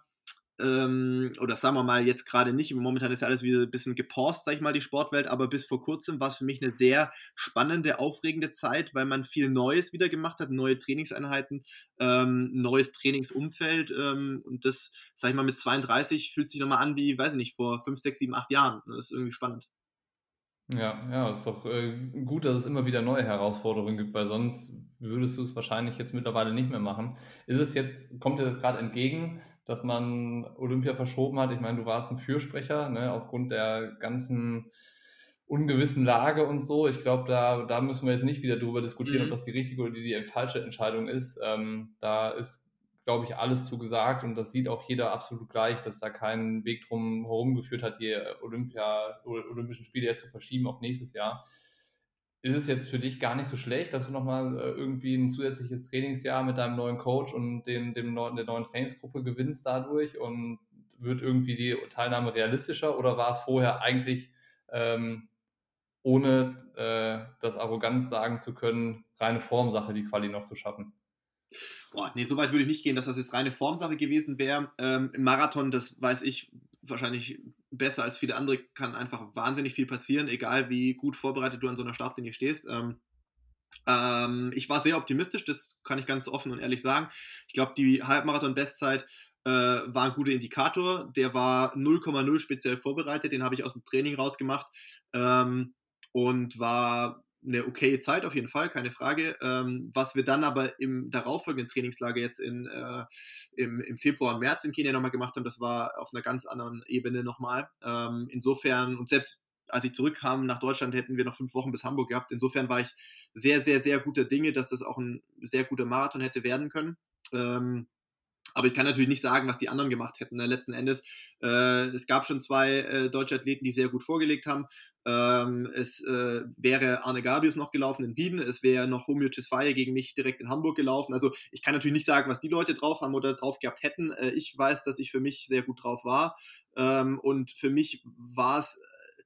ähm, oder sagen wir mal jetzt gerade nicht, momentan ist ja alles wieder ein bisschen gepaust, sag ich mal, die Sportwelt, aber bis vor kurzem war es für mich eine sehr spannende, aufregende Zeit, weil man viel Neues wieder gemacht hat, neue Trainingseinheiten, ähm, neues Trainingsumfeld ähm, und das, sag ich mal, mit zweiunddreißig fühlt sich nochmal an wie, weiß ich nicht, vor fünf, sechs, sieben, acht Jahren. Das ist irgendwie spannend. Ja, ja, ist doch äh, gut, dass es immer wieder neue Herausforderungen gibt, weil sonst würdest du es wahrscheinlich jetzt mittlerweile nicht mehr machen. Ist es jetzt, kommt dir das gerade entgegen, dass man Olympia verschoben hat? Ich meine, du warst ein Fürsprecher, ne, aufgrund der ganzen ungewissen Lage und so. Ich glaube, da, da müssen wir jetzt nicht wieder drüber diskutieren, ob Mhm. das die richtige oder die, die falsche Entscheidung ist. Ähm, da ist, glaube ich, alles zu gesagt und das sieht auch jeder absolut gleich, dass da kein Weg drum herum geführt hat, die Olympia, Olympischen Spiele jetzt zu verschieben auf nächstes Jahr. Ist es jetzt für dich gar nicht so schlecht, dass du nochmal äh, irgendwie ein zusätzliches Trainingsjahr mit deinem neuen Coach und dem, dem neuen, der neuen Trainingsgruppe gewinnst dadurch und wird irgendwie die Teilnahme realistischer oder war es vorher eigentlich ähm, ohne äh, das arrogant sagen zu können, reine Formsache, die Quali noch zu schaffen? Boah, nee, so weit würde ich nicht gehen, dass das jetzt reine Formsache gewesen wäre. Ähm, Im Marathon, das weiß ich wahrscheinlich besser als viele andere, kann einfach wahnsinnig viel passieren, egal wie gut vorbereitet du an so einer Startlinie stehst. Ähm, ähm, ich war sehr optimistisch, das kann ich ganz offen und ehrlich sagen. Ich glaube, die Halbmarathon-Bestzeit äh, war ein guter Indikator. Der war null Komma null speziell vorbereitet, den habe ich aus dem Training rausgemacht ähm, und war eine okaye Zeit auf jeden Fall, keine Frage. Ähm, was wir dann aber im darauffolgenden Trainingslager jetzt in, äh, im, im Februar und März in Kenia nochmal gemacht haben, das war auf einer ganz anderen Ebene nochmal. Ähm, insofern, und selbst als ich zurückkam nach Deutschland, hätten wir noch fünf Wochen bis Hamburg gehabt. Insofern war ich sehr, sehr, sehr guter Dinge, dass das auch ein sehr guter Marathon hätte werden können. Ähm, Aber ich kann natürlich nicht sagen, was die anderen gemacht hätten. Ne? Letzten Endes, äh, es gab schon zwei äh, deutsche Athleten, die sehr gut vorgelegt haben. Ähm, es äh, wäre Arne Gabius noch gelaufen in Wien, es wäre noch Homio Tesfaye gegen mich direkt in Hamburg gelaufen. Also ich kann natürlich nicht sagen, was die Leute drauf haben oder drauf gehabt hätten. Äh, ich weiß, dass ich für mich sehr gut drauf war. Ähm, und für mich war es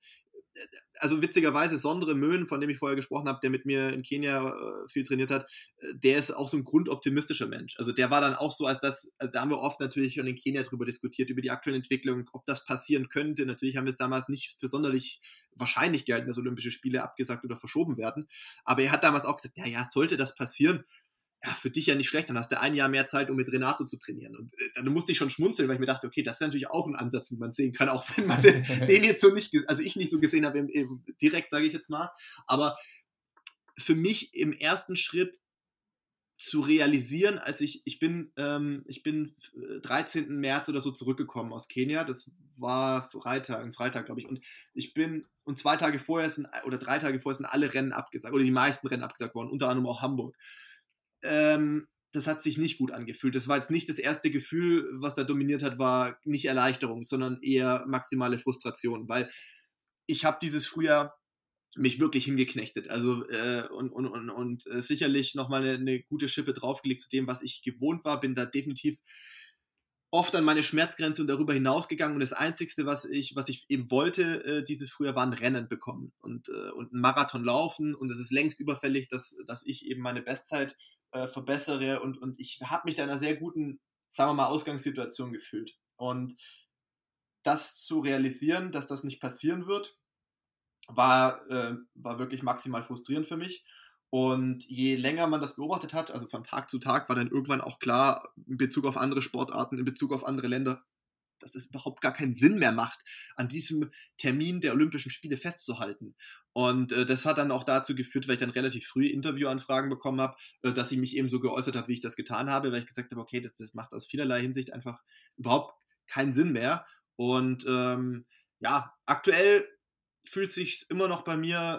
also witzigerweise Sondre Möhn, von dem ich vorher gesprochen habe, der mit mir in Kenia äh, viel trainiert hat, äh, der ist auch so ein grundoptimistischer Mensch. Also der war dann auch so, als das, also da haben wir oft natürlich schon in Kenia drüber diskutiert, über die aktuelle Entwicklung, ob das passieren könnte. Natürlich haben wir es damals nicht für sonderlich wahrscheinlich gehalten, dass Olympische Spiele abgesagt oder verschoben werden. Aber er hat damals auch gesagt, naja, sollte das passieren, ja, für dich ja nicht schlecht, dann hast du ein Jahr mehr Zeit, um mit Renato zu trainieren. Und äh, dann musste ich schon schmunzeln, weil ich mir dachte, okay, das ist natürlich auch ein Ansatz, wie man sehen kann, auch wenn man den jetzt so nicht, also ich nicht so gesehen habe, direkt, sage ich jetzt mal. Aber für mich im ersten Schritt zu realisieren, als ich, ich bin, ähm, ich bin dreizehnten März oder so zurückgekommen aus Kenia, das war Freitag, ein Freitag, glaube ich, und ich bin, und zwei Tage vorher sind, oder drei Tage vorher sind alle Rennen abgesagt, oder die meisten Rennen abgesagt worden, unter anderem auch Hamburg. Ähm, das hat sich nicht gut angefühlt. Das war jetzt nicht das erste Gefühl, was da dominiert hat, war nicht Erleichterung, sondern eher maximale Frustration, weil ich habe dieses Frühjahr mich wirklich hingeknechtet. Also äh, und, und, und, und äh, sicherlich nochmal eine, eine gute Schippe draufgelegt zu dem, was ich gewohnt war. Bin da definitiv oft an meine Schmerzgrenze und darüber hinausgegangen. Und das Einzige, was ich, was ich eben wollte, äh, dieses Frühjahr, war ein Rennen bekommen und, äh, und ein Marathon laufen. Und es ist längst überfällig, dass, dass ich eben meine Bestzeit äh, verbessere. Und, und ich habe mich da in einer sehr guten, sagen wir mal, Ausgangssituation gefühlt. Und das zu realisieren, dass das nicht passieren wird, war, äh, war wirklich maximal frustrierend für mich. Und je länger man das beobachtet hat, also von Tag zu Tag, war dann irgendwann auch klar, in Bezug auf andere Sportarten, in Bezug auf andere Länder, dass es überhaupt gar keinen Sinn mehr macht, an diesem Termin der Olympischen Spiele festzuhalten. Und äh, das hat dann auch dazu geführt, weil ich dann relativ früh Interviewanfragen bekommen habe, äh, dass ich mich eben so geäußert habe, wie ich das getan habe, weil ich gesagt habe, okay, das, das macht aus vielerlei Hinsicht einfach überhaupt keinen Sinn mehr. Und ähm, ja, aktuell fühlt sich immer noch bei mir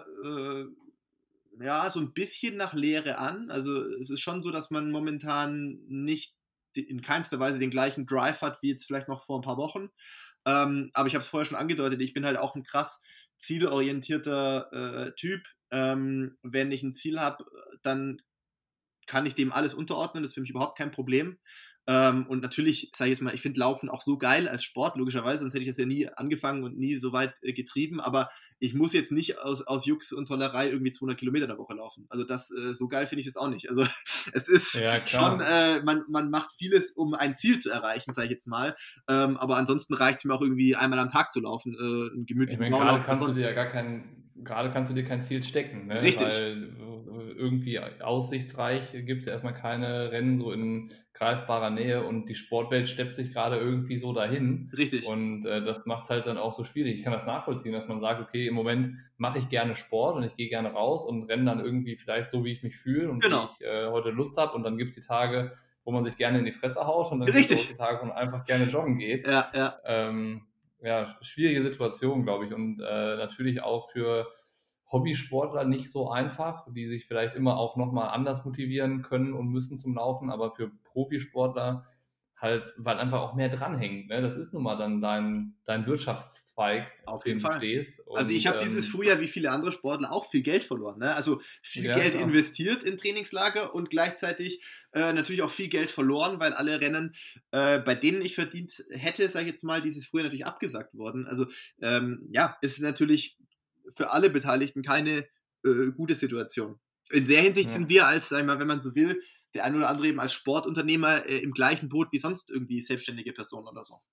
äh, ja so ein bisschen nach Leere an. Also es ist schon so, dass man momentan nicht in keinster Weise den gleichen Drive hat wie jetzt vielleicht noch vor ein paar Wochen. Ähm, aber ich habe es vorher schon angedeutet, ich bin halt auch ein krass zielorientierter äh, Typ. Ähm, wenn ich ein Ziel habe, dann kann ich dem alles unterordnen, das ist für mich überhaupt kein Problem. Ähm, und natürlich, sage ich jetzt mal, ich finde Laufen auch so geil als Sport, logischerweise, sonst hätte ich das ja nie angefangen und nie so weit äh, getrieben, aber ich muss jetzt nicht aus, aus Jux und Tollerei irgendwie zweihundert Kilometer in der Woche laufen. Also das, äh, so geil finde ich es auch nicht. Also es ist Ja, schon, klar. äh, man, man macht vieles, um ein Ziel zu erreichen, sage ich jetzt mal, ähm, aber ansonsten reicht es mir auch irgendwie einmal am Tag zu laufen, äh, einen Ich gemütlichen meine, gerade Dauerlauf oder kannst du so. dir ja gar kein, gerade kannst du dir kein Ziel stecken, ne? Richtig, Weil äh, irgendwie aussichtsreich gibt es erstmal keine Rennen so in greifbarer Nähe und die Sportwelt steppt sich gerade irgendwie so dahin richtig, und äh, das macht es halt dann auch so schwierig. Ich kann das nachvollziehen, dass man sagt, okay, im Moment mache ich gerne Sport und ich gehe gerne raus und renne dann irgendwie vielleicht so, wie ich mich fühle und wie genau, ich äh, heute Lust habe und dann gibt es die Tage, wo man sich gerne in die Fresse haut und dann gibt es auch die richtig, Tage, wo man einfach gerne joggen geht. ja, ja, Ähm, ja, schwierige Situation, glaube ich. Und äh, natürlich auch für Hobbysportler nicht so einfach, die sich vielleicht immer auch nochmal anders motivieren können und müssen zum Laufen, aber für Profisportler halt, weil einfach auch mehr dranhängt. Ne? Das ist nun mal dann dein, dein Wirtschaftszweig, auf auf jeden dem du Fall. stehst. Also ich Und habe dieses ähm, Frühjahr wie viele andere Sportler auch viel Geld verloren. Ne? Also viel ja, Geld klar. investiert in Trainingslager und gleichzeitig äh, natürlich auch viel Geld verloren, weil alle Rennen, äh, bei denen ich verdient hätte, sage ich jetzt mal, dieses Frühjahr natürlich abgesagt worden. Also ähm, ja, ist natürlich für alle Beteiligten keine äh, gute Situation. In der Hinsicht Ja. sind wir als, sag ich mal, wenn man so will, der ein oder andere eben als Sportunternehmer äh, im gleichen Boot wie sonst irgendwie selbstständige Personen oder so.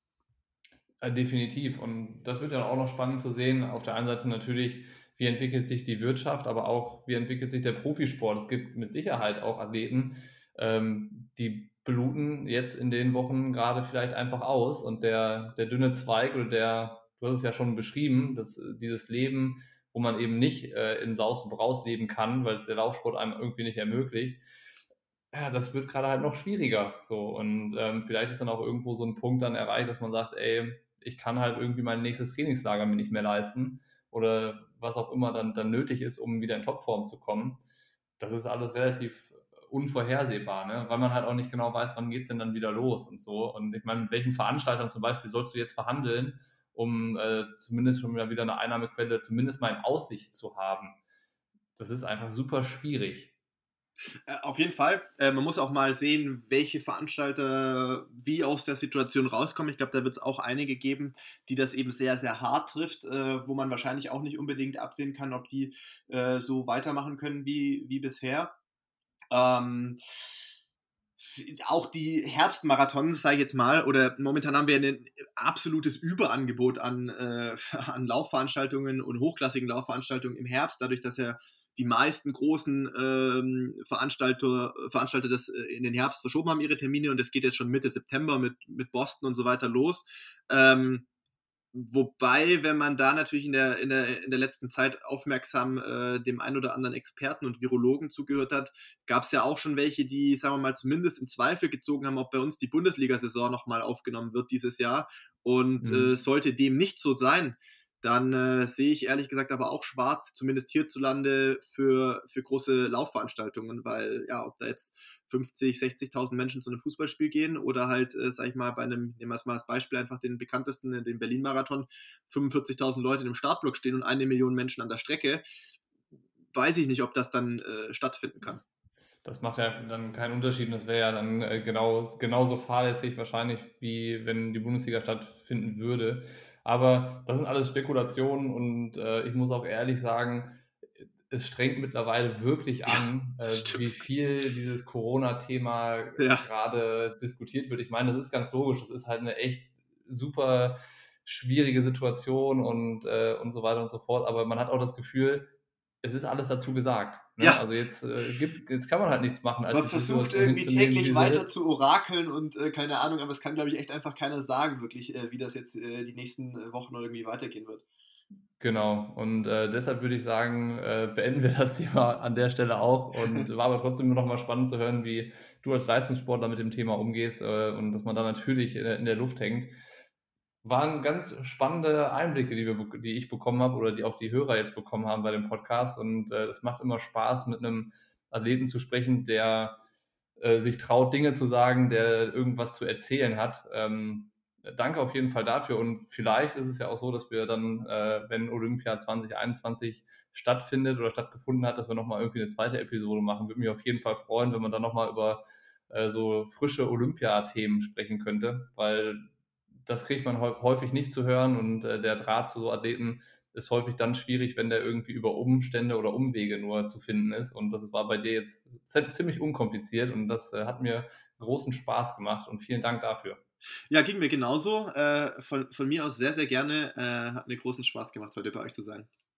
Äh, definitiv. Und das wird ja auch noch spannend zu sehen. Auf der einen Seite natürlich, wie entwickelt sich die Wirtschaft, aber auch, wie entwickelt sich der Profisport. Es gibt mit Sicherheit auch Athleten, ähm, die bluten jetzt in den Wochen gerade vielleicht einfach aus. Und der, der dünne Zweig oder der, du hast es ja schon beschrieben, dass, äh, dieses Leben, wo man eben nicht äh, in Saus und Braus leben kann, weil es der Laufsport einem irgendwie nicht ermöglicht, ja, das wird gerade halt noch schwieriger. So. Und ähm, vielleicht ist dann auch irgendwo so ein Punkt dann erreicht, dass man sagt, ey, ich kann halt irgendwie mein nächstes Trainingslager mir nicht mehr leisten oder was auch immer dann, dann nötig ist, um wieder in Topform zu kommen. Das ist alles relativ unvorhersehbar, ne? Weil man halt auch nicht genau weiß, wann geht es denn dann wieder los und so. Und ich meine, mit welchen Veranstaltern zum Beispiel sollst du jetzt verhandeln, um äh, zumindest schon wieder wieder eine Einnahmequelle zumindest mal in Aussicht zu haben. Das ist einfach super schwierig. Äh, auf jeden Fall. Äh, man muss auch mal sehen, welche Veranstalter wie aus der Situation rauskommen. Ich glaube, da wird es auch einige geben, die das eben sehr, sehr hart trifft, äh, wo man wahrscheinlich auch nicht unbedingt absehen kann, ob die äh, so weitermachen können wie, wie bisher. Ähm, auch die Herbstmarathons, sage ich jetzt mal, oder momentan haben wir ein absolutes Überangebot an, äh, an Laufveranstaltungen und hochklassigen Laufveranstaltungen im Herbst, dadurch, dass ja die meisten großen ähm, Veranstalter, Veranstalter das äh, in den Herbst verschoben haben, ihre Termine, und das geht jetzt schon Mitte September mit, mit Boston und so weiter los. Ähm, Wobei, wenn man da natürlich in der, in der, in der letzten Zeit aufmerksam äh, dem ein oder anderen Experten und Virologen zugehört hat, gab es ja auch schon welche, die, sagen wir mal, zumindest in Zweifel gezogen haben, ob bei uns die Bundesliga-Saison nochmal aufgenommen wird dieses Jahr. Und äh, Mhm. sollte dem nicht so sein, dann äh, sehe ich ehrlich gesagt aber auch schwarz, zumindest hierzulande, für, für große Laufveranstaltungen, weil ja, ob da jetzt fünfzig, sechzigtausend Menschen zu einem Fußballspiel gehen oder halt, äh, sag ich mal, bei einem, nehmen wir es mal als Beispiel, einfach den bekanntesten, den Berlin-Marathon, fünfundvierzigtausend Leute in einem Startblock stehen und eine Million Menschen an der Strecke, weiß ich nicht, ob das dann äh, stattfinden kann. Das macht ja dann keinen Unterschied und das wäre ja dann äh, genau, genauso fahrlässig wahrscheinlich, wie wenn die Bundesliga stattfinden würde. Aber das sind alles Spekulationen und äh, ich muss auch ehrlich sagen, es strengt mittlerweile wirklich Ja, an, das äh, wie stimmt. viel dieses Corona-Thema Ja. gerade diskutiert wird. Ich meine, das ist ganz logisch, das ist halt eine echt super schwierige Situation und, äh, und so weiter und so fort. Aber man hat auch das Gefühl, es ist alles dazu gesagt. Ne? Ja, Also jetzt, äh, gibt, jetzt kann man halt nichts machen, als man die versucht Situation irgendwie hinzunehmen, täglich wie sie weiter ist. zu orakeln und äh, keine Ahnung, aber es kann, glaube ich, echt einfach keiner sagen, wirklich, äh, wie das jetzt äh, die nächsten äh, Wochen oder irgendwie weitergehen wird. Genau. Und äh, deshalb würde ich sagen, äh, beenden wir das Thema an der Stelle auch. Und war aber trotzdem nur noch mal spannend zu hören, wie du als Leistungssportler mit dem Thema umgehst äh, und dass man da natürlich in, der- in der Luft hängt. Waren ganz spannende Einblicke, die, wir, bek- die ich bekommen habe oder die auch die Hörer jetzt bekommen haben bei dem Podcast. Und äh, es macht immer Spaß, mit einem Athleten zu sprechen, der äh, sich traut, Dinge zu sagen, der irgendwas zu erzählen hat. Ähm, danke auf jeden Fall dafür. Und vielleicht ist es ja auch so, dass wir dann, äh, wenn Olympia zwanzig einundzwanzig stattfindet oder stattgefunden hat, dass wir nochmal irgendwie eine zweite Episode machen. Würde mich auf jeden Fall freuen, wenn man dann nochmal über äh, so frische Olympia-Themen sprechen könnte, weil das kriegt man häufig nicht zu hören und äh, der Draht zu so Athleten ist häufig dann schwierig, wenn der irgendwie über Umstände oder Umwege nur zu finden ist. Und das war bei dir jetzt ziemlich unkompliziert und das äh, hat mir großen Spaß gemacht und vielen Dank dafür. Ja, ging mir genauso. Äh, von, von mir aus sehr, sehr gerne. Äh, hat mir großen Spaß gemacht, heute bei euch zu sein.